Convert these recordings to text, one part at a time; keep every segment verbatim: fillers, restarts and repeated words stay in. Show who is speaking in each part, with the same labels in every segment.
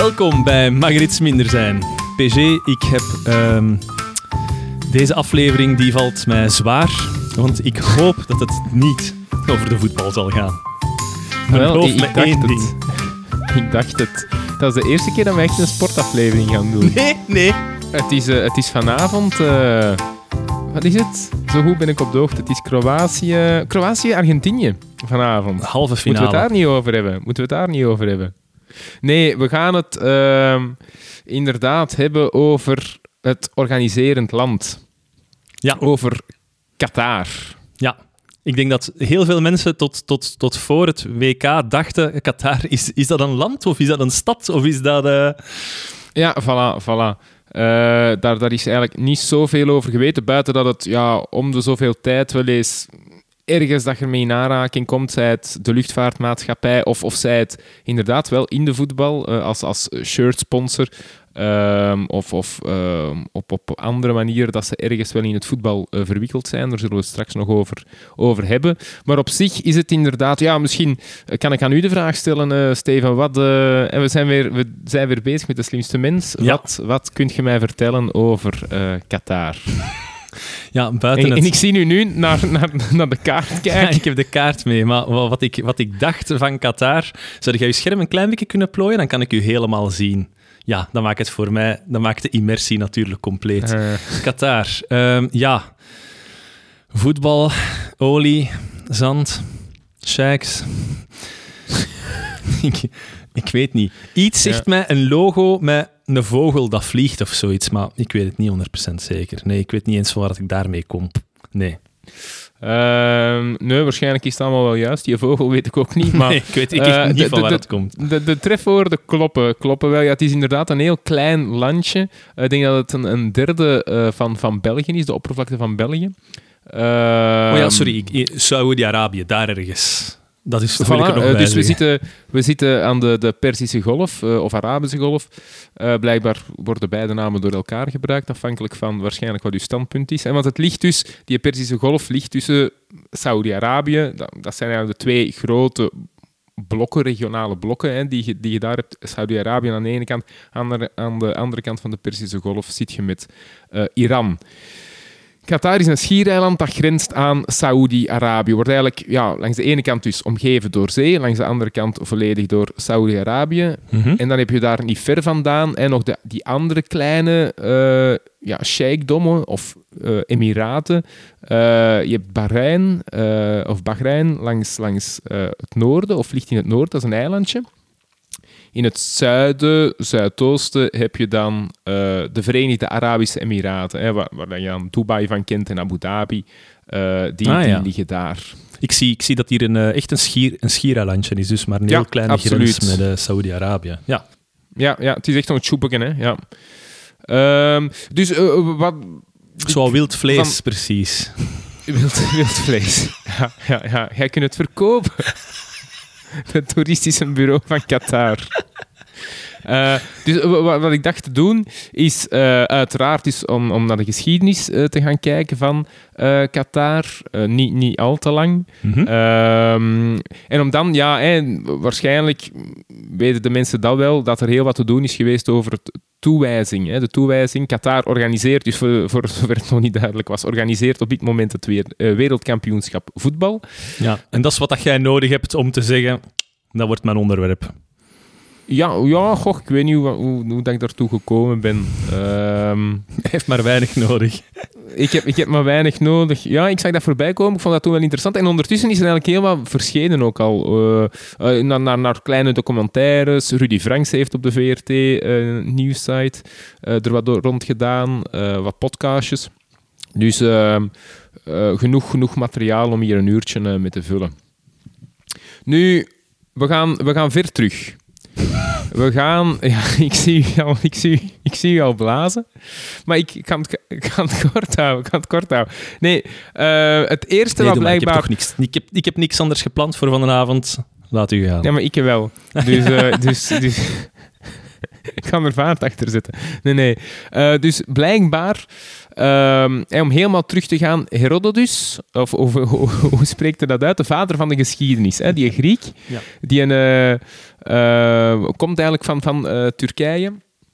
Speaker 1: Welkom bij Mag er iets minder zijn. P G, ik heb... Um, deze aflevering die valt mij zwaar, want ik hoop dat het niet over de voetbal zal gaan. Maar
Speaker 2: Wel,
Speaker 1: geloof
Speaker 2: ik,
Speaker 1: me
Speaker 2: ik dacht
Speaker 1: één
Speaker 2: het.
Speaker 1: ding.
Speaker 2: Ik dacht het. Dat is de eerste keer dat we echt een sportaflevering gaan doen.
Speaker 1: Nee, nee.
Speaker 2: Het is, uh, het is vanavond... Uh, wat is het? Zo goed ben ik op de hoogte. Het is Kroatië... Kroatië-Argentinië vanavond.
Speaker 1: Halve finale.
Speaker 2: Moeten we het daar niet over hebben? Moeten we het daar niet over hebben? Nee, we gaan het uh, inderdaad hebben over het organiserend land.
Speaker 1: Ja.
Speaker 2: Over Qatar.
Speaker 1: Ja. Ik denk dat heel veel mensen tot, tot, tot voor het W K dachten... Qatar, is, is dat een land of is dat een stad? Of is dat... Uh...
Speaker 2: Ja, voilà, voilà. Uh, daar, daar is eigenlijk niet zoveel over geweten, buiten dat het ja, om de zoveel tijd wel eens ergens dat je ermee in aanraking komt, zij het de luchtvaartmaatschappij of, of zij het inderdaad wel in de voetbal uh, als, als shirtsponsor um, of, of um, op, op andere manieren dat ze ergens wel in het voetbal uh, verwikkeld zijn. Daar zullen we het straks nog over, over hebben. Maar op zich is het inderdaad... Ja, misschien kan ik aan u de vraag stellen, uh, Steven. Wat, uh, en we zijn, weer, we zijn weer bezig met de slimste mens.
Speaker 1: Ja.
Speaker 2: Wat, wat kunt je mij vertellen over uh, Qatar?
Speaker 1: Ja, buiten
Speaker 2: en,
Speaker 1: het...
Speaker 2: en ik zie nu, nu naar, naar, naar de kaart kijken.
Speaker 1: Ja, ik heb de kaart mee, maar wat ik, wat ik dacht van Qatar... Zou jij je scherm een klein beetje kunnen plooien? Dan kan ik u helemaal zien. Ja, dan maakt het voor mij... Dan maakt de immersie natuurlijk compleet. Uh. Qatar. Um, ja. Voetbal, olie, zand, sheiks. ik, ik weet niet. Iets zegt ja. mij een logo met een vogel dat vliegt of zoiets, maar ik weet het niet honderd procent zeker. Nee, ik weet niet eens waar ik daarmee kom. Nee.
Speaker 2: Uh, nee, waarschijnlijk is het allemaal wel juist. Die vogel weet ik ook niet, maar...
Speaker 1: nee, ik weet ik uh, niet de, van waar de, het komt.
Speaker 2: De, de, de trefwoorden kloppen, kloppen wel. Ja, het is inderdaad een heel klein landje. Uh, ik denk dat het een, een derde uh, van, van België is, de oppervlakte van België. Uh,
Speaker 1: oh ja, sorry. Saoedi-Arabië, daar ergens... Dat is
Speaker 2: voilà, uh, dus we zitten, we zitten aan de, de Perzische Golf, uh, of Arabische Golf. Uh, blijkbaar worden beide namen door elkaar gebruikt, afhankelijk van waarschijnlijk wat uw standpunt is. En want het ligt dus, die Perzische Golf ligt tussen Saoedi-Arabië, dat, dat zijn eigenlijk de twee grote blokken, regionale blokken, hè, die, je, die je daar hebt. Saoedi-Arabië aan de ene kant, aan de, aan de andere kant van de Perzische Golf zit je met uh, Iran. Qatar is een schiereiland dat grenst aan Saoedi-Arabië. Wordt eigenlijk ja, langs de ene kant dus omgeven door zee, langs de andere kant volledig door Saoedi-Arabië.
Speaker 1: Mm-hmm.
Speaker 2: En dan heb je daar niet ver vandaan en nog de, die andere kleine uh, ja, sheikdommen of uh, emiraten. Uh, je hebt Bahrein, uh, of Bahrein langs, langs uh, het noorden, of ligt in het noorden, dat is een eilandje. In het zuiden, zuidoosten, heb je dan uh, de Verenigde Arabische Emiraten, hè, waar, waar je aan Dubai van kent en Abu Dhabi. Uh, die,
Speaker 1: ah,
Speaker 2: die
Speaker 1: ja.
Speaker 2: liggen daar.
Speaker 1: Ik zie, ik zie dat hier een, uh, echt een, schier, een schiereilandje is, dus maar een
Speaker 2: ja,
Speaker 1: heel kleine
Speaker 2: absoluut.
Speaker 1: grens met uh, Saoedi-Arabië. Ja.
Speaker 2: Ja, ja, het is echt een tjoepeken, hè. Ja. Um, dus uh, wat...
Speaker 1: Zo wild vlees, van... precies.
Speaker 2: Wild, wild vlees. Ja, ja, ja, jij kunt het verkopen. Het toeristische bureau van Qatar. Uh, dus uh, wat, wat ik dacht te doen, is uh, uiteraard is om, om naar de geschiedenis uh, te gaan kijken van uh, Qatar. Uh, niet, niet al te lang.
Speaker 1: Mm-hmm.
Speaker 2: Um, en om dan, ja, hey, waarschijnlijk weten de mensen dat wel, dat er heel wat te doen is geweest over het toewijzing. Hè. De toewijzing. Qatar organiseert, dus voor, voor zover het nog niet duidelijk was, organiseert op dit moment het weer, uh, wereldkampioenschap voetbal.
Speaker 1: Ja, en dat is wat dat jij nodig hebt om te zeggen, dat wordt mijn onderwerp.
Speaker 2: Ja, ja goh, ik weet niet hoe, hoe, hoe dat ik daartoe gekomen ben. Um,
Speaker 1: Hij heeft maar weinig nodig.
Speaker 2: Ik heb, ik heb maar weinig nodig. Ja, ik zag dat voorbij komen. Ik vond dat toen wel interessant. En ondertussen is er eigenlijk heel wat verschenen ook al. Uh, uh, naar, naar, naar kleine documentaires. Rudy Franks heeft op de V R T uh, nieuwssite uh, er wat door, rond gedaan. Uh, wat podcastjes. Dus uh, uh, genoeg, genoeg materiaal om hier een uurtje uh, mee te vullen. Nu, we gaan, we gaan ver terug. We gaan... Ja, ik zie u al, ik zie, ik zie u al blazen. Maar ik, ik, kan het, ik kan het kort houden. Ik kan het kort houden. Nee, uh, het eerste
Speaker 1: nee,
Speaker 2: wat blijkbaar...
Speaker 1: Ik heb, toch niks, ik, heb, ik heb niks anders gepland voor vanavond. Laat u gaan.
Speaker 2: Ja, maar ik wel. Dus... Uh, dus, dus ik kan er vaart achter zetten. Nee, nee. Uh, dus blijkbaar Um, en om helemaal terug te gaan, Herodotus, of, of hoe, hoe spreekt hij dat uit? De vader van de geschiedenis, hè? Die Griek,
Speaker 1: Ja.
Speaker 2: die een, uh, uh, komt eigenlijk van, van uh, Turkije.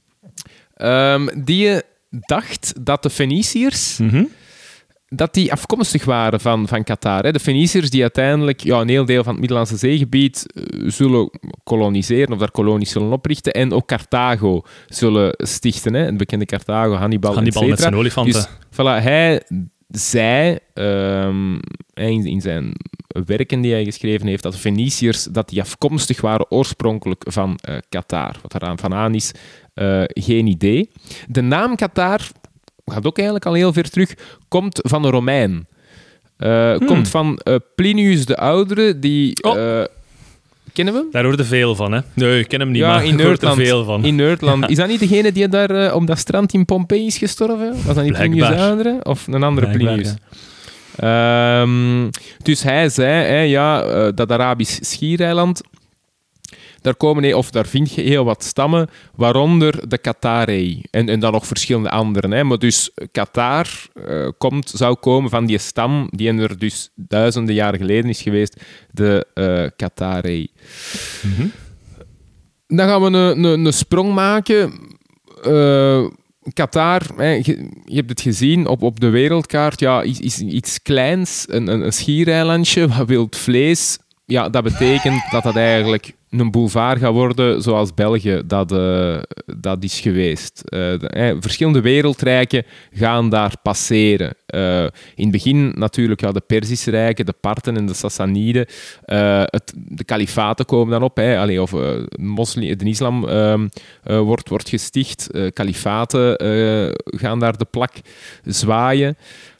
Speaker 2: Um, die dacht dat de Feniciërs...
Speaker 1: Mm-hmm.
Speaker 2: dat die afkomstig waren van, van Qatar. Hè. De Feniciërs die uiteindelijk ja, een heel deel van het Middellandse Zeegebied uh, zullen koloniseren of daar kolonies zullen oprichten en ook Carthago zullen stichten. Hè. Het bekende Carthago, Hannibal,
Speaker 1: Hannibal met zijn olifanten.
Speaker 2: Dus voilà, hij zei um, in, in zijn werken die hij geschreven heeft dat de Feniciërs dat die afkomstig waren oorspronkelijk van uh, Qatar. Wat er aan van aan is, uh, geen idee. De naam Qatar... gaat ook eigenlijk al heel ver terug, komt van een Romein. Uh, hmm. Komt van uh, Plinius de Oudere, die...
Speaker 1: Oh.
Speaker 2: Uh, kennen we hem?
Speaker 1: Daar hoorde veel van, hè? Nee, ik ken hem niet,
Speaker 2: ja,
Speaker 1: maar
Speaker 2: in
Speaker 1: ik hoorde er veel van.
Speaker 2: In Nerdland. Ja. Is dat niet degene die daar uh, op dat strand in Pompeii is gestorven? Was dat niet Plinius de Oudere? Of een andere Blijkbaar, Plinius? Ja. Um, dus hij zei, hè, ja, uh, dat Arabisch schiereiland... Daar komen, of daar vind je heel wat stammen, waaronder de Qatarei. En, en dan nog verschillende anderen. Hè. Maar dus Qatar uh, komt, zou komen van die stam die er dus duizenden jaren geleden is geweest, de uh, Qatarei. Mm-hmm. Dan gaan we een, een, een sprong maken. Uh, Qatar, hè, je, je hebt het gezien op, op de wereldkaart, ja, is, is iets kleins, een, een, een schiereilandje, wat wild vlees. Ja, dat betekent dat dat eigenlijk een boulevard gaat worden zoals België dat, uh, dat is geweest. Uh, de, eh, verschillende wereldrijken gaan daar passeren. Uh, in het begin natuurlijk ja, de Perzische rijken, de Parten en de Sassaniden. Uh, het, de kalifaten komen dan op. Hè. Allee, of uh, moslim, de islam uh, uh, wordt, wordt gesticht. Uh, kalifaten uh, gaan daar de plak zwaaien.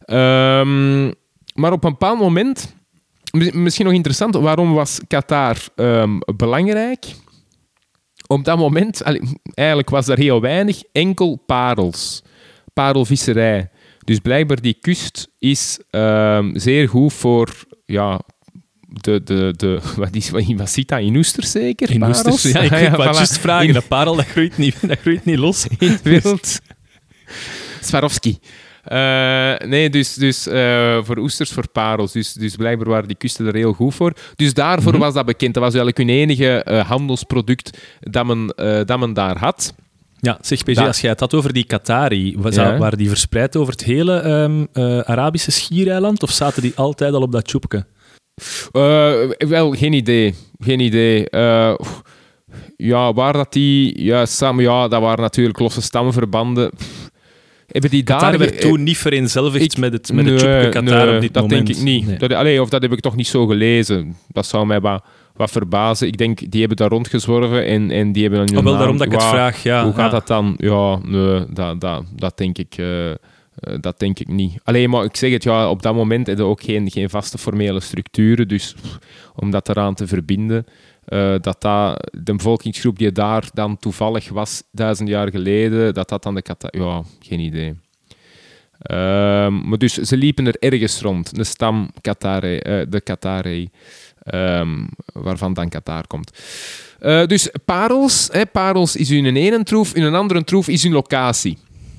Speaker 2: Um, maar op een bepaald moment... Misschien nog interessant, waarom was Qatar um, belangrijk? Op dat moment, eigenlijk was er heel weinig, enkel parels. Parelvisserij. Dus blijkbaar die kust is um, zeer goed voor... Ja, de, de, de, wat, is, wat zit dat? In oesters zeker?
Speaker 1: In oesters, ja. Ik
Speaker 2: ah,
Speaker 1: ja,
Speaker 2: ja,
Speaker 1: voilà. Juist vragen.
Speaker 2: In,
Speaker 1: dat parel, dat groeit niet, dat groeit niet los.
Speaker 2: In het wild. Swarovski. Uh, nee, dus, dus uh, voor oesters, voor parels. Dus, dus blijkbaar waren die kusten er heel goed voor. Dus daarvoor mm-hmm. was dat bekend. Dat was eigenlijk hun enige uh, handelsproduct dat men, uh, dat men daar had.
Speaker 1: Ja, zeg P G, da- als jij het had over die Qatari, was ja. dat, waren die verspreid over het hele um, uh, Arabische schiereiland of zaten die altijd al op dat tjoepke?
Speaker 2: Uh, wel, geen idee. Geen idee. Uh, ja, waar dat die... Ja, samen, ja, dat waren natuurlijk losse stammenverbanden... Hebben die
Speaker 1: Qatar
Speaker 2: daar...
Speaker 1: werd toen niet vereenzelvigd
Speaker 2: ik,
Speaker 1: met het, met
Speaker 2: nee,
Speaker 1: het Tjoepke Qatar
Speaker 2: nee,
Speaker 1: op dit
Speaker 2: dat
Speaker 1: moment.
Speaker 2: denk ik niet.
Speaker 1: Nee.
Speaker 2: Dat, allee, of dat heb ik toch niet zo gelezen. Dat zou mij wat, wat verbazen. Ik denk, die hebben daar rondgezworven en, en die hebben...
Speaker 1: Oh, wel daarom dat ik het vraag, ja.
Speaker 2: Hoe gaat
Speaker 1: ja.
Speaker 2: dat dan? Ja, nee, dat, dat, dat denk ik... Uh, uh, dat denk ik niet. Alleen maar ik zeg het, ja, op dat moment hebben we ook geen, geen vaste formele structuren. Dus pff, om dat eraan te verbinden... Uh, dat dat de bevolkingsgroep die daar dan toevallig was duizend jaar geleden, dat dat dan de Qatar... Ja, geen idee. Uh, maar dus ze liepen er ergens rond. Een stam Qatarei, uh, de Qatarei, um, waarvan dan Qatar komt. Uh, dus parels, hè, parels is hun ene troef, in een andere troef is hun locatie.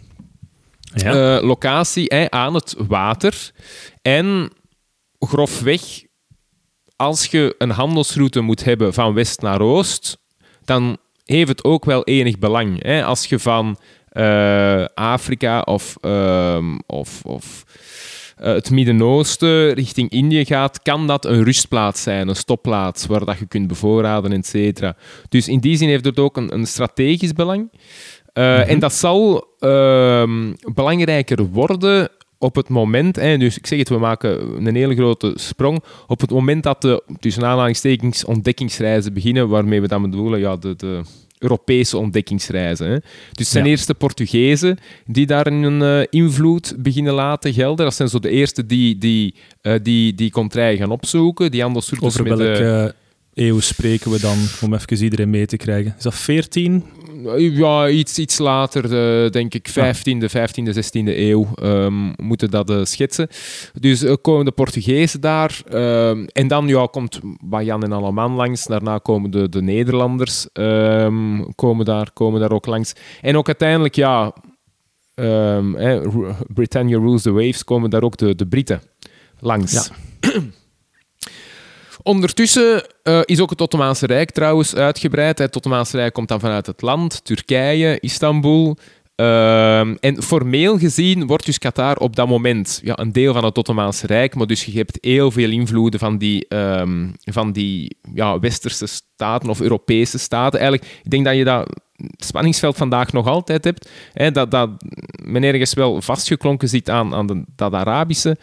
Speaker 2: Ja. Uh, locatie hè, aan het water. En grofweg... Als je een handelsroute moet hebben van west naar oost, dan heeft het ook wel enig belang. Hè? Als je van uh, Afrika of, uh, of, of uh, het Midden-Oosten richting Indië gaat, kan dat een rustplaats zijn, een stopplaats waar dat je kunt bevoorraden, et cetera. Dus in die zin heeft het ook een, een strategisch belang. Uh, mm-hmm. En dat zal uh, belangrijker worden... Op het moment, hè, dus ik zeg het, we maken een hele grote sprong. Op het moment dat de, tussen aanhalingstekens, ontdekkingsreizen beginnen, waarmee we dan bedoelen, ja, de, de Europese ontdekkingsreizen. Hè. Dus het zijn ja. eerst de Portugezen die daar een uh, invloed beginnen laten gelden. Dat zijn zo de eerste die die, uh, die, die contraien gaan opzoeken. Die handelsroutes
Speaker 1: Over
Speaker 2: met
Speaker 1: welke
Speaker 2: uh,
Speaker 1: eeuw spreken we dan, om even iedereen mee te krijgen? Is dat veertien?
Speaker 2: Ja, iets, iets later, uh, denk ik, vijftiende, vijftiende, zestiende eeuw um, moeten dat uh, schetsen. Dus uh, komen de Portugezen daar. Uh, en dan ja, komt Jan en Alleman langs. Daarna komen de, de Nederlanders um, komen daar, komen daar ook langs. En ook uiteindelijk, ja... um, eh, Britannia Rules the Waves, komen daar ook de, de Britten langs. Ja. Ondertussen uh, is ook het Ottomaanse Rijk trouwens uitgebreid. Het Ottomaanse Rijk komt dan vanuit het land, Turkije, Istanbul. Uh, en formeel gezien wordt dus Qatar op dat moment ja, een deel van het Ottomaanse Rijk, maar dus je hebt heel veel invloeden van die, um, van die ja, westerse staten of Europese staten. Eigenlijk, ik denk dat je dat spanningsveld vandaag nog altijd hebt, hè, dat, dat men ergens wel vastgeklonken zit aan, aan de, dat, Arabische,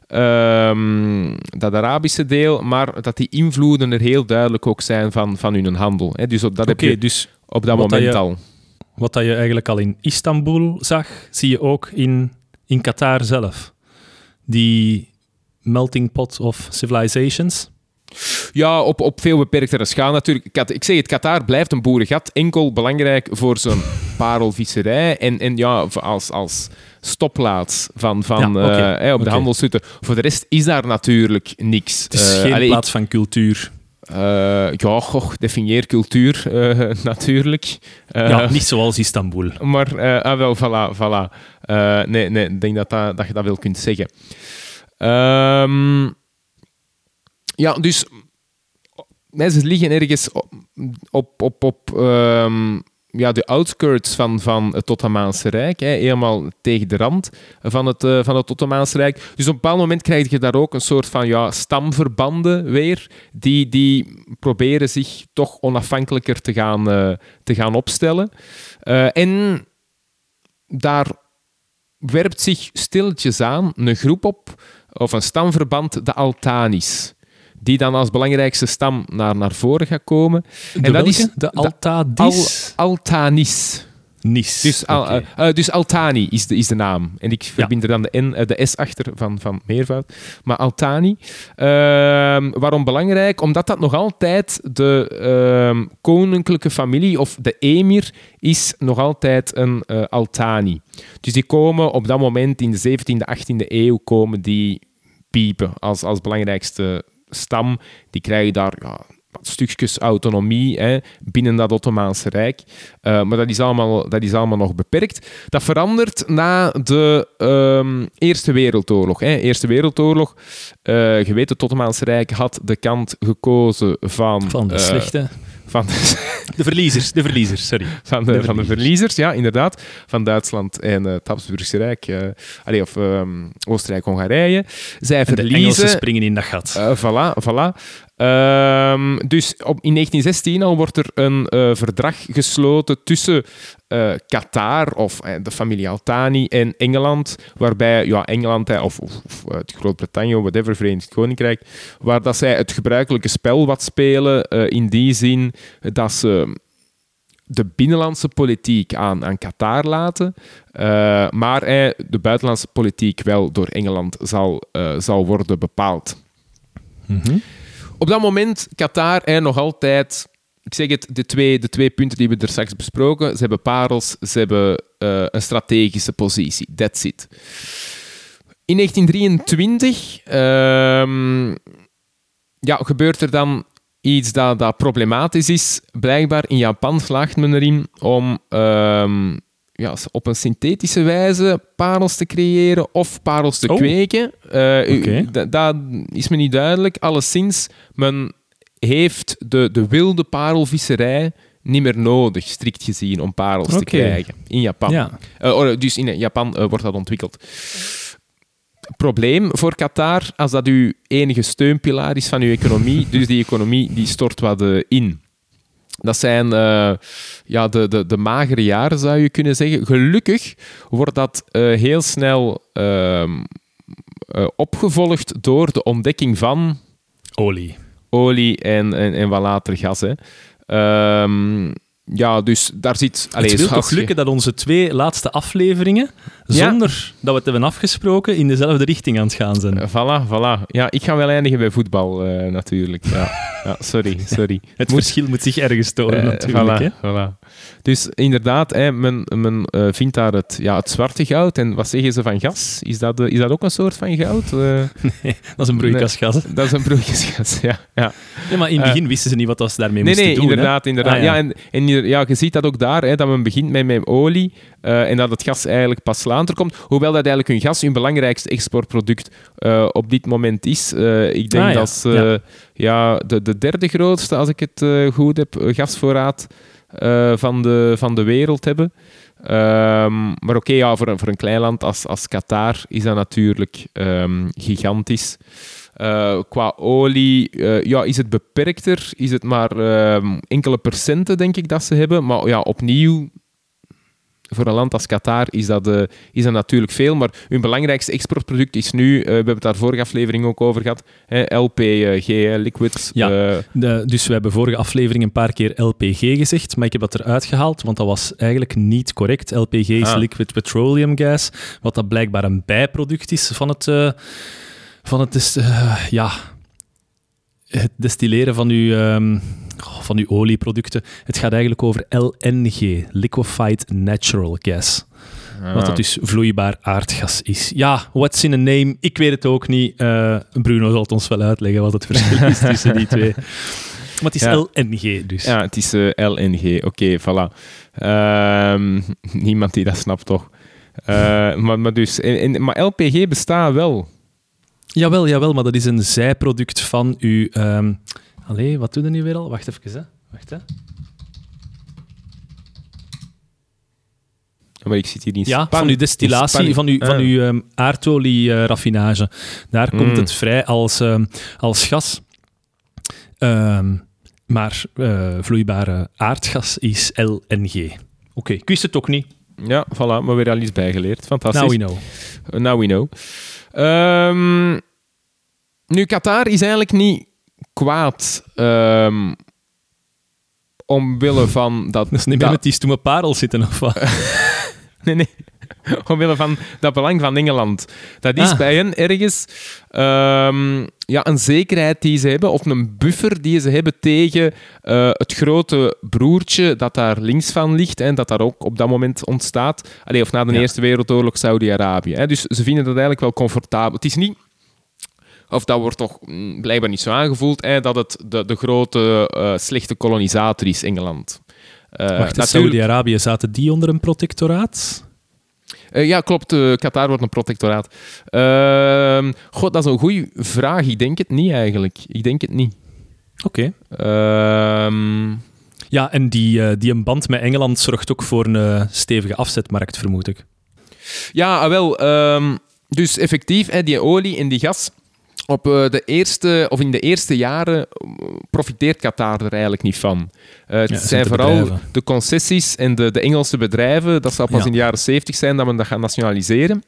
Speaker 2: um, dat Arabische deel, maar dat die invloeden er heel duidelijk ook zijn van, van hun handel. Hè. Dus dat okay, heb je dus op dat moment
Speaker 1: je...
Speaker 2: al.
Speaker 1: Wat dat je eigenlijk al in Istanbul zag, zie je ook in, in Qatar zelf. Die melting pot of civilizations.
Speaker 2: Ja, op, op veel beperktere schaal natuurlijk. Ik zeg het, Qatar blijft een boerengat. Enkel belangrijk voor zijn parelvisserij. En, en ja, als, als stopplaats van, van, ja, okay. uh, eh, op de okay. handelsroute. Voor de rest is daar natuurlijk niks.
Speaker 1: Het is uh, geen allee, plaats ik, van cultuur.
Speaker 2: Uh, ja, goh, definieer cultuur, uh, natuurlijk. Uh,
Speaker 1: ja, niet zoals Istanbul.
Speaker 2: Maar, uh, ah, wel, voilà, voilà. Uh, nee, nee, ik denk dat, dat, dat je dat wel kunt zeggen. Um, ja, dus... Mensen liggen ergens op, op, op, op um, ja, de outskirts van, van het Ottomaanse Rijk, hè, helemaal tegen de rand van het, uh, van het Ottomaanse Rijk. Dus op een bepaald moment krijg je daar ook een soort van ja, stamverbanden weer, die, die proberen zich toch onafhankelijker te gaan, uh, te gaan opstellen. Uh, en daar werpt zich stilletjes aan een groep op, of een stamverband, de Altanis. Die dan als belangrijkste stam naar, naar voren gaat komen.
Speaker 1: De en dat is de Altadis?
Speaker 2: Al, Altanis.
Speaker 1: Nis.
Speaker 2: Dus, al, okay. uh, uh, dus Altani is de, is de naam. En ik verbind ja. er dan de, N, uh, de S achter van, van meervoud. Maar Altani. Uh, waarom belangrijk? Omdat dat nog altijd de uh, koninklijke familie, of de emir, is nog altijd een uh, Altani. Dus die komen op dat moment in de zeventiende, achttiende eeuw komen die piepen als, als belangrijkste stam. Die krijgen daar ja, wat stukjes autonomie hè, binnen dat Ottomaanse Rijk. Uh, maar dat is, allemaal, dat is allemaal nog beperkt. Dat verandert na de um, Eerste Wereldoorlog. Hè. Eerste Wereldoorlog, uh, je weet, het Ottomaanse Rijk had de kant gekozen van...
Speaker 1: Van de uh, slechte...
Speaker 2: Van de,
Speaker 1: de verliezers, de verliezers, sorry.
Speaker 2: Van de, de, van de verliezers, ja, inderdaad. Van Duitsland en uh, het Habsburgse Rijk, uh, allez, of um, Oostenrijk-Hongarije. Zij
Speaker 1: en
Speaker 2: verliezen...
Speaker 1: de Engelsen springen in dat gat.
Speaker 2: Uh, voilà, voilà. Um, dus op, in negentien zestien al wordt er een uh, verdrag gesloten tussen uh, Qatar, of uh, de familie Altani, en Engeland, waarbij ja, Engeland, uh, of, of, of uh, Groot-Brittannië, whatever, Verenigd Koninkrijk, waar dat zij het gebruikelijke spel wat spelen, uh, in die zin dat ze de binnenlandse politiek aan, aan Qatar laten, uh, maar uh, de buitenlandse politiek wel door Engeland zal, uh, zal worden bepaald.
Speaker 1: Mm-hmm.
Speaker 2: Op dat moment, Qatar, hè, nog altijd, ik zeg het, de twee, de twee punten die we er straks besproken, ze hebben parels, ze hebben uh, een strategische positie. That's it. In negentien drieëntwintig um, ja, gebeurt er dan iets dat, dat problematisch is. Blijkbaar in Japan slaagt men erin om... Um, Ja, op een synthetische wijze parels te creëren of parels te oh. kweken. Uh, okay. d- dat is me niet duidelijk. Alleszins, men heeft de, de wilde parelvisserij niet meer nodig, strikt gezien, om parels okay. te krijgen. In Japan. Ja. Uh, dus in Japan uh, wordt dat ontwikkeld. Probleem voor Qatar, als dat uw enige steunpilaar is van uw economie, dus die economie die stort wat uh, in. Dat zijn uh, ja, de, de, de magere jaren, zou je kunnen zeggen. Gelukkig wordt dat uh, heel snel uh, uh, opgevolgd door de ontdekking van...
Speaker 1: Olie.
Speaker 2: Olie en, en, en wat later gas. Hè. Um, ja, dus daar zit... Allez,
Speaker 1: het wil toch lukken je... dat onze twee laatste afleveringen, zonder ja. dat we het hebben afgesproken, in dezelfde richting aan het gaan zijn.
Speaker 2: Uh, voilà, voilà. Ja, ik ga wel eindigen bij voetbal, uh, natuurlijk. Ja. Ja, sorry, sorry.
Speaker 1: Het moet... verschil moet zich ergens tonen, uh, natuurlijk.
Speaker 2: Voilà,
Speaker 1: hè?
Speaker 2: Voilà. Dus inderdaad, hè, men, men uh, vindt daar het, ja, het zwarte goud. En wat zeggen ze van gas? Is dat, uh, is dat ook een soort van goud? Uh,
Speaker 1: nee, dat is een broeikasgas.
Speaker 2: Nee, dat is een broeikasgas, ja. ja.
Speaker 1: ja maar in het begin uh, wisten ze niet wat ze daarmee
Speaker 2: nee,
Speaker 1: moesten
Speaker 2: nee,
Speaker 1: doen.
Speaker 2: Inderdaad,
Speaker 1: hè?
Speaker 2: inderdaad. Ah, ja. Ja, en, en hier, ja, je ziet dat ook daar, hè, dat men begint met, met olie uh, en dat het gas eigenlijk pas later komt. Hoewel dat eigenlijk hun gas hun belangrijkste exportproduct uh, op dit moment is. Uh, ik denk ah, ja. dat ze ja. Ja, de, de derde grootste, als ik het uh, goed heb, gasvoorraad uh, van, de, van de wereld hebben. Um, maar oké, okay, ja, voor, voor een klein land als, als Qatar is dat natuurlijk um, gigantisch. Uh, qua olie uh, ja, is het beperkter. Is het maar uh, enkele procenten, denk ik, dat ze hebben. Maar ja, opnieuw, voor een land als Qatar is dat, uh, is dat natuurlijk veel. Maar hun belangrijkste exportproduct is nu, uh, we hebben het daar vorige aflevering ook over gehad, hè, L P G, hè, liquid.
Speaker 1: Ja, uh, de, dus we hebben vorige aflevering een paar keer L P G gezegd, maar ik heb dat eruit gehaald, want dat was eigenlijk niet correct. L P G is ah. liquid petroleum gas, wat dat blijkbaar een bijproduct is van het... Uh, van het, des, uh, ja, het destilleren van uw, um, van uw olieproducten. Het gaat eigenlijk over L N G, Liquefied Natural Gas. Ah. Wat dat dus vloeibaar aardgas is. Ja, what's in a name? Ik weet het ook niet. Uh, Bruno zal het ons wel uitleggen wat het verschil is tussen die twee. Maar het is ja. L N G dus.
Speaker 2: Ja, het is uh, L N G. Oké, okay, voilà. Uh, niemand die dat snapt, toch? Uh, maar, maar, dus, en, en, maar L P G bestaat wel.
Speaker 1: Jawel, jawel, maar dat is een zijproduct van uw... Um... Allee, wat doe je nu weer al? Wacht even, hè. Wacht, hè.
Speaker 2: Maar ik zit hier niet...
Speaker 1: Ja,
Speaker 2: Span-
Speaker 1: van uw destillatie, van uw, ah. van uw um, aardolie-raffinage. Daar mm. komt het vrij als, um, als gas. Um, maar uh, vloeibare aardgas is L N G. Oké, okay, ik wist het ook niet.
Speaker 2: Ja, voilà, maar weer al iets bijgeleerd. Fantastisch.
Speaker 1: Now we know.
Speaker 2: Uh, now we know. Um, nu, Qatar is eigenlijk niet kwaad um, omwille van dat...
Speaker 1: Dat is niet meer dat... met die stoeme parel zitten, of wat?
Speaker 2: nee, nee. Omwille van dat belang van Engeland. Dat is ah. bij hen ergens um, ja, een zekerheid die ze hebben, of een buffer die ze hebben tegen uh, het grote broertje dat daar links van ligt en dat daar ook op dat moment ontstaat. Allee, of na de ja. Eerste Wereldoorlog Saudi-Arabië. Hè. Dus ze vinden dat eigenlijk wel comfortabel. Het is niet... Of dat wordt toch blijkbaar niet zo aangevoeld, hè, dat het de, de grote uh, slechte kolonisator is, Engeland.
Speaker 1: Uh, Wacht, natuurlijk... Saudi-Arabië, zaten die onder een protectoraat?
Speaker 2: Uh, ja, klopt. Uh, Qatar wordt een protectoraat. Uh, God, dat is een goede vraag. Ik denk het niet, eigenlijk. Ik denk het niet.
Speaker 1: Oké.
Speaker 2: Okay. Uh,
Speaker 1: ja, en die, uh, die een band met Engeland zorgt ook voor een uh, stevige afzetmarkt, vermoed ik.
Speaker 2: Ja, wel. Uh, dus effectief, hè, die olie en die gas... Op uh, de eerste, of in de eerste jaren profiteert Qatar er eigenlijk niet van. Uh, het ja, zijn vooral bedrijven. De concessies en de, de Engelse bedrijven. Dat zal pas ja. in de jaren zeventig zijn dat men dat gaat nationaliseren.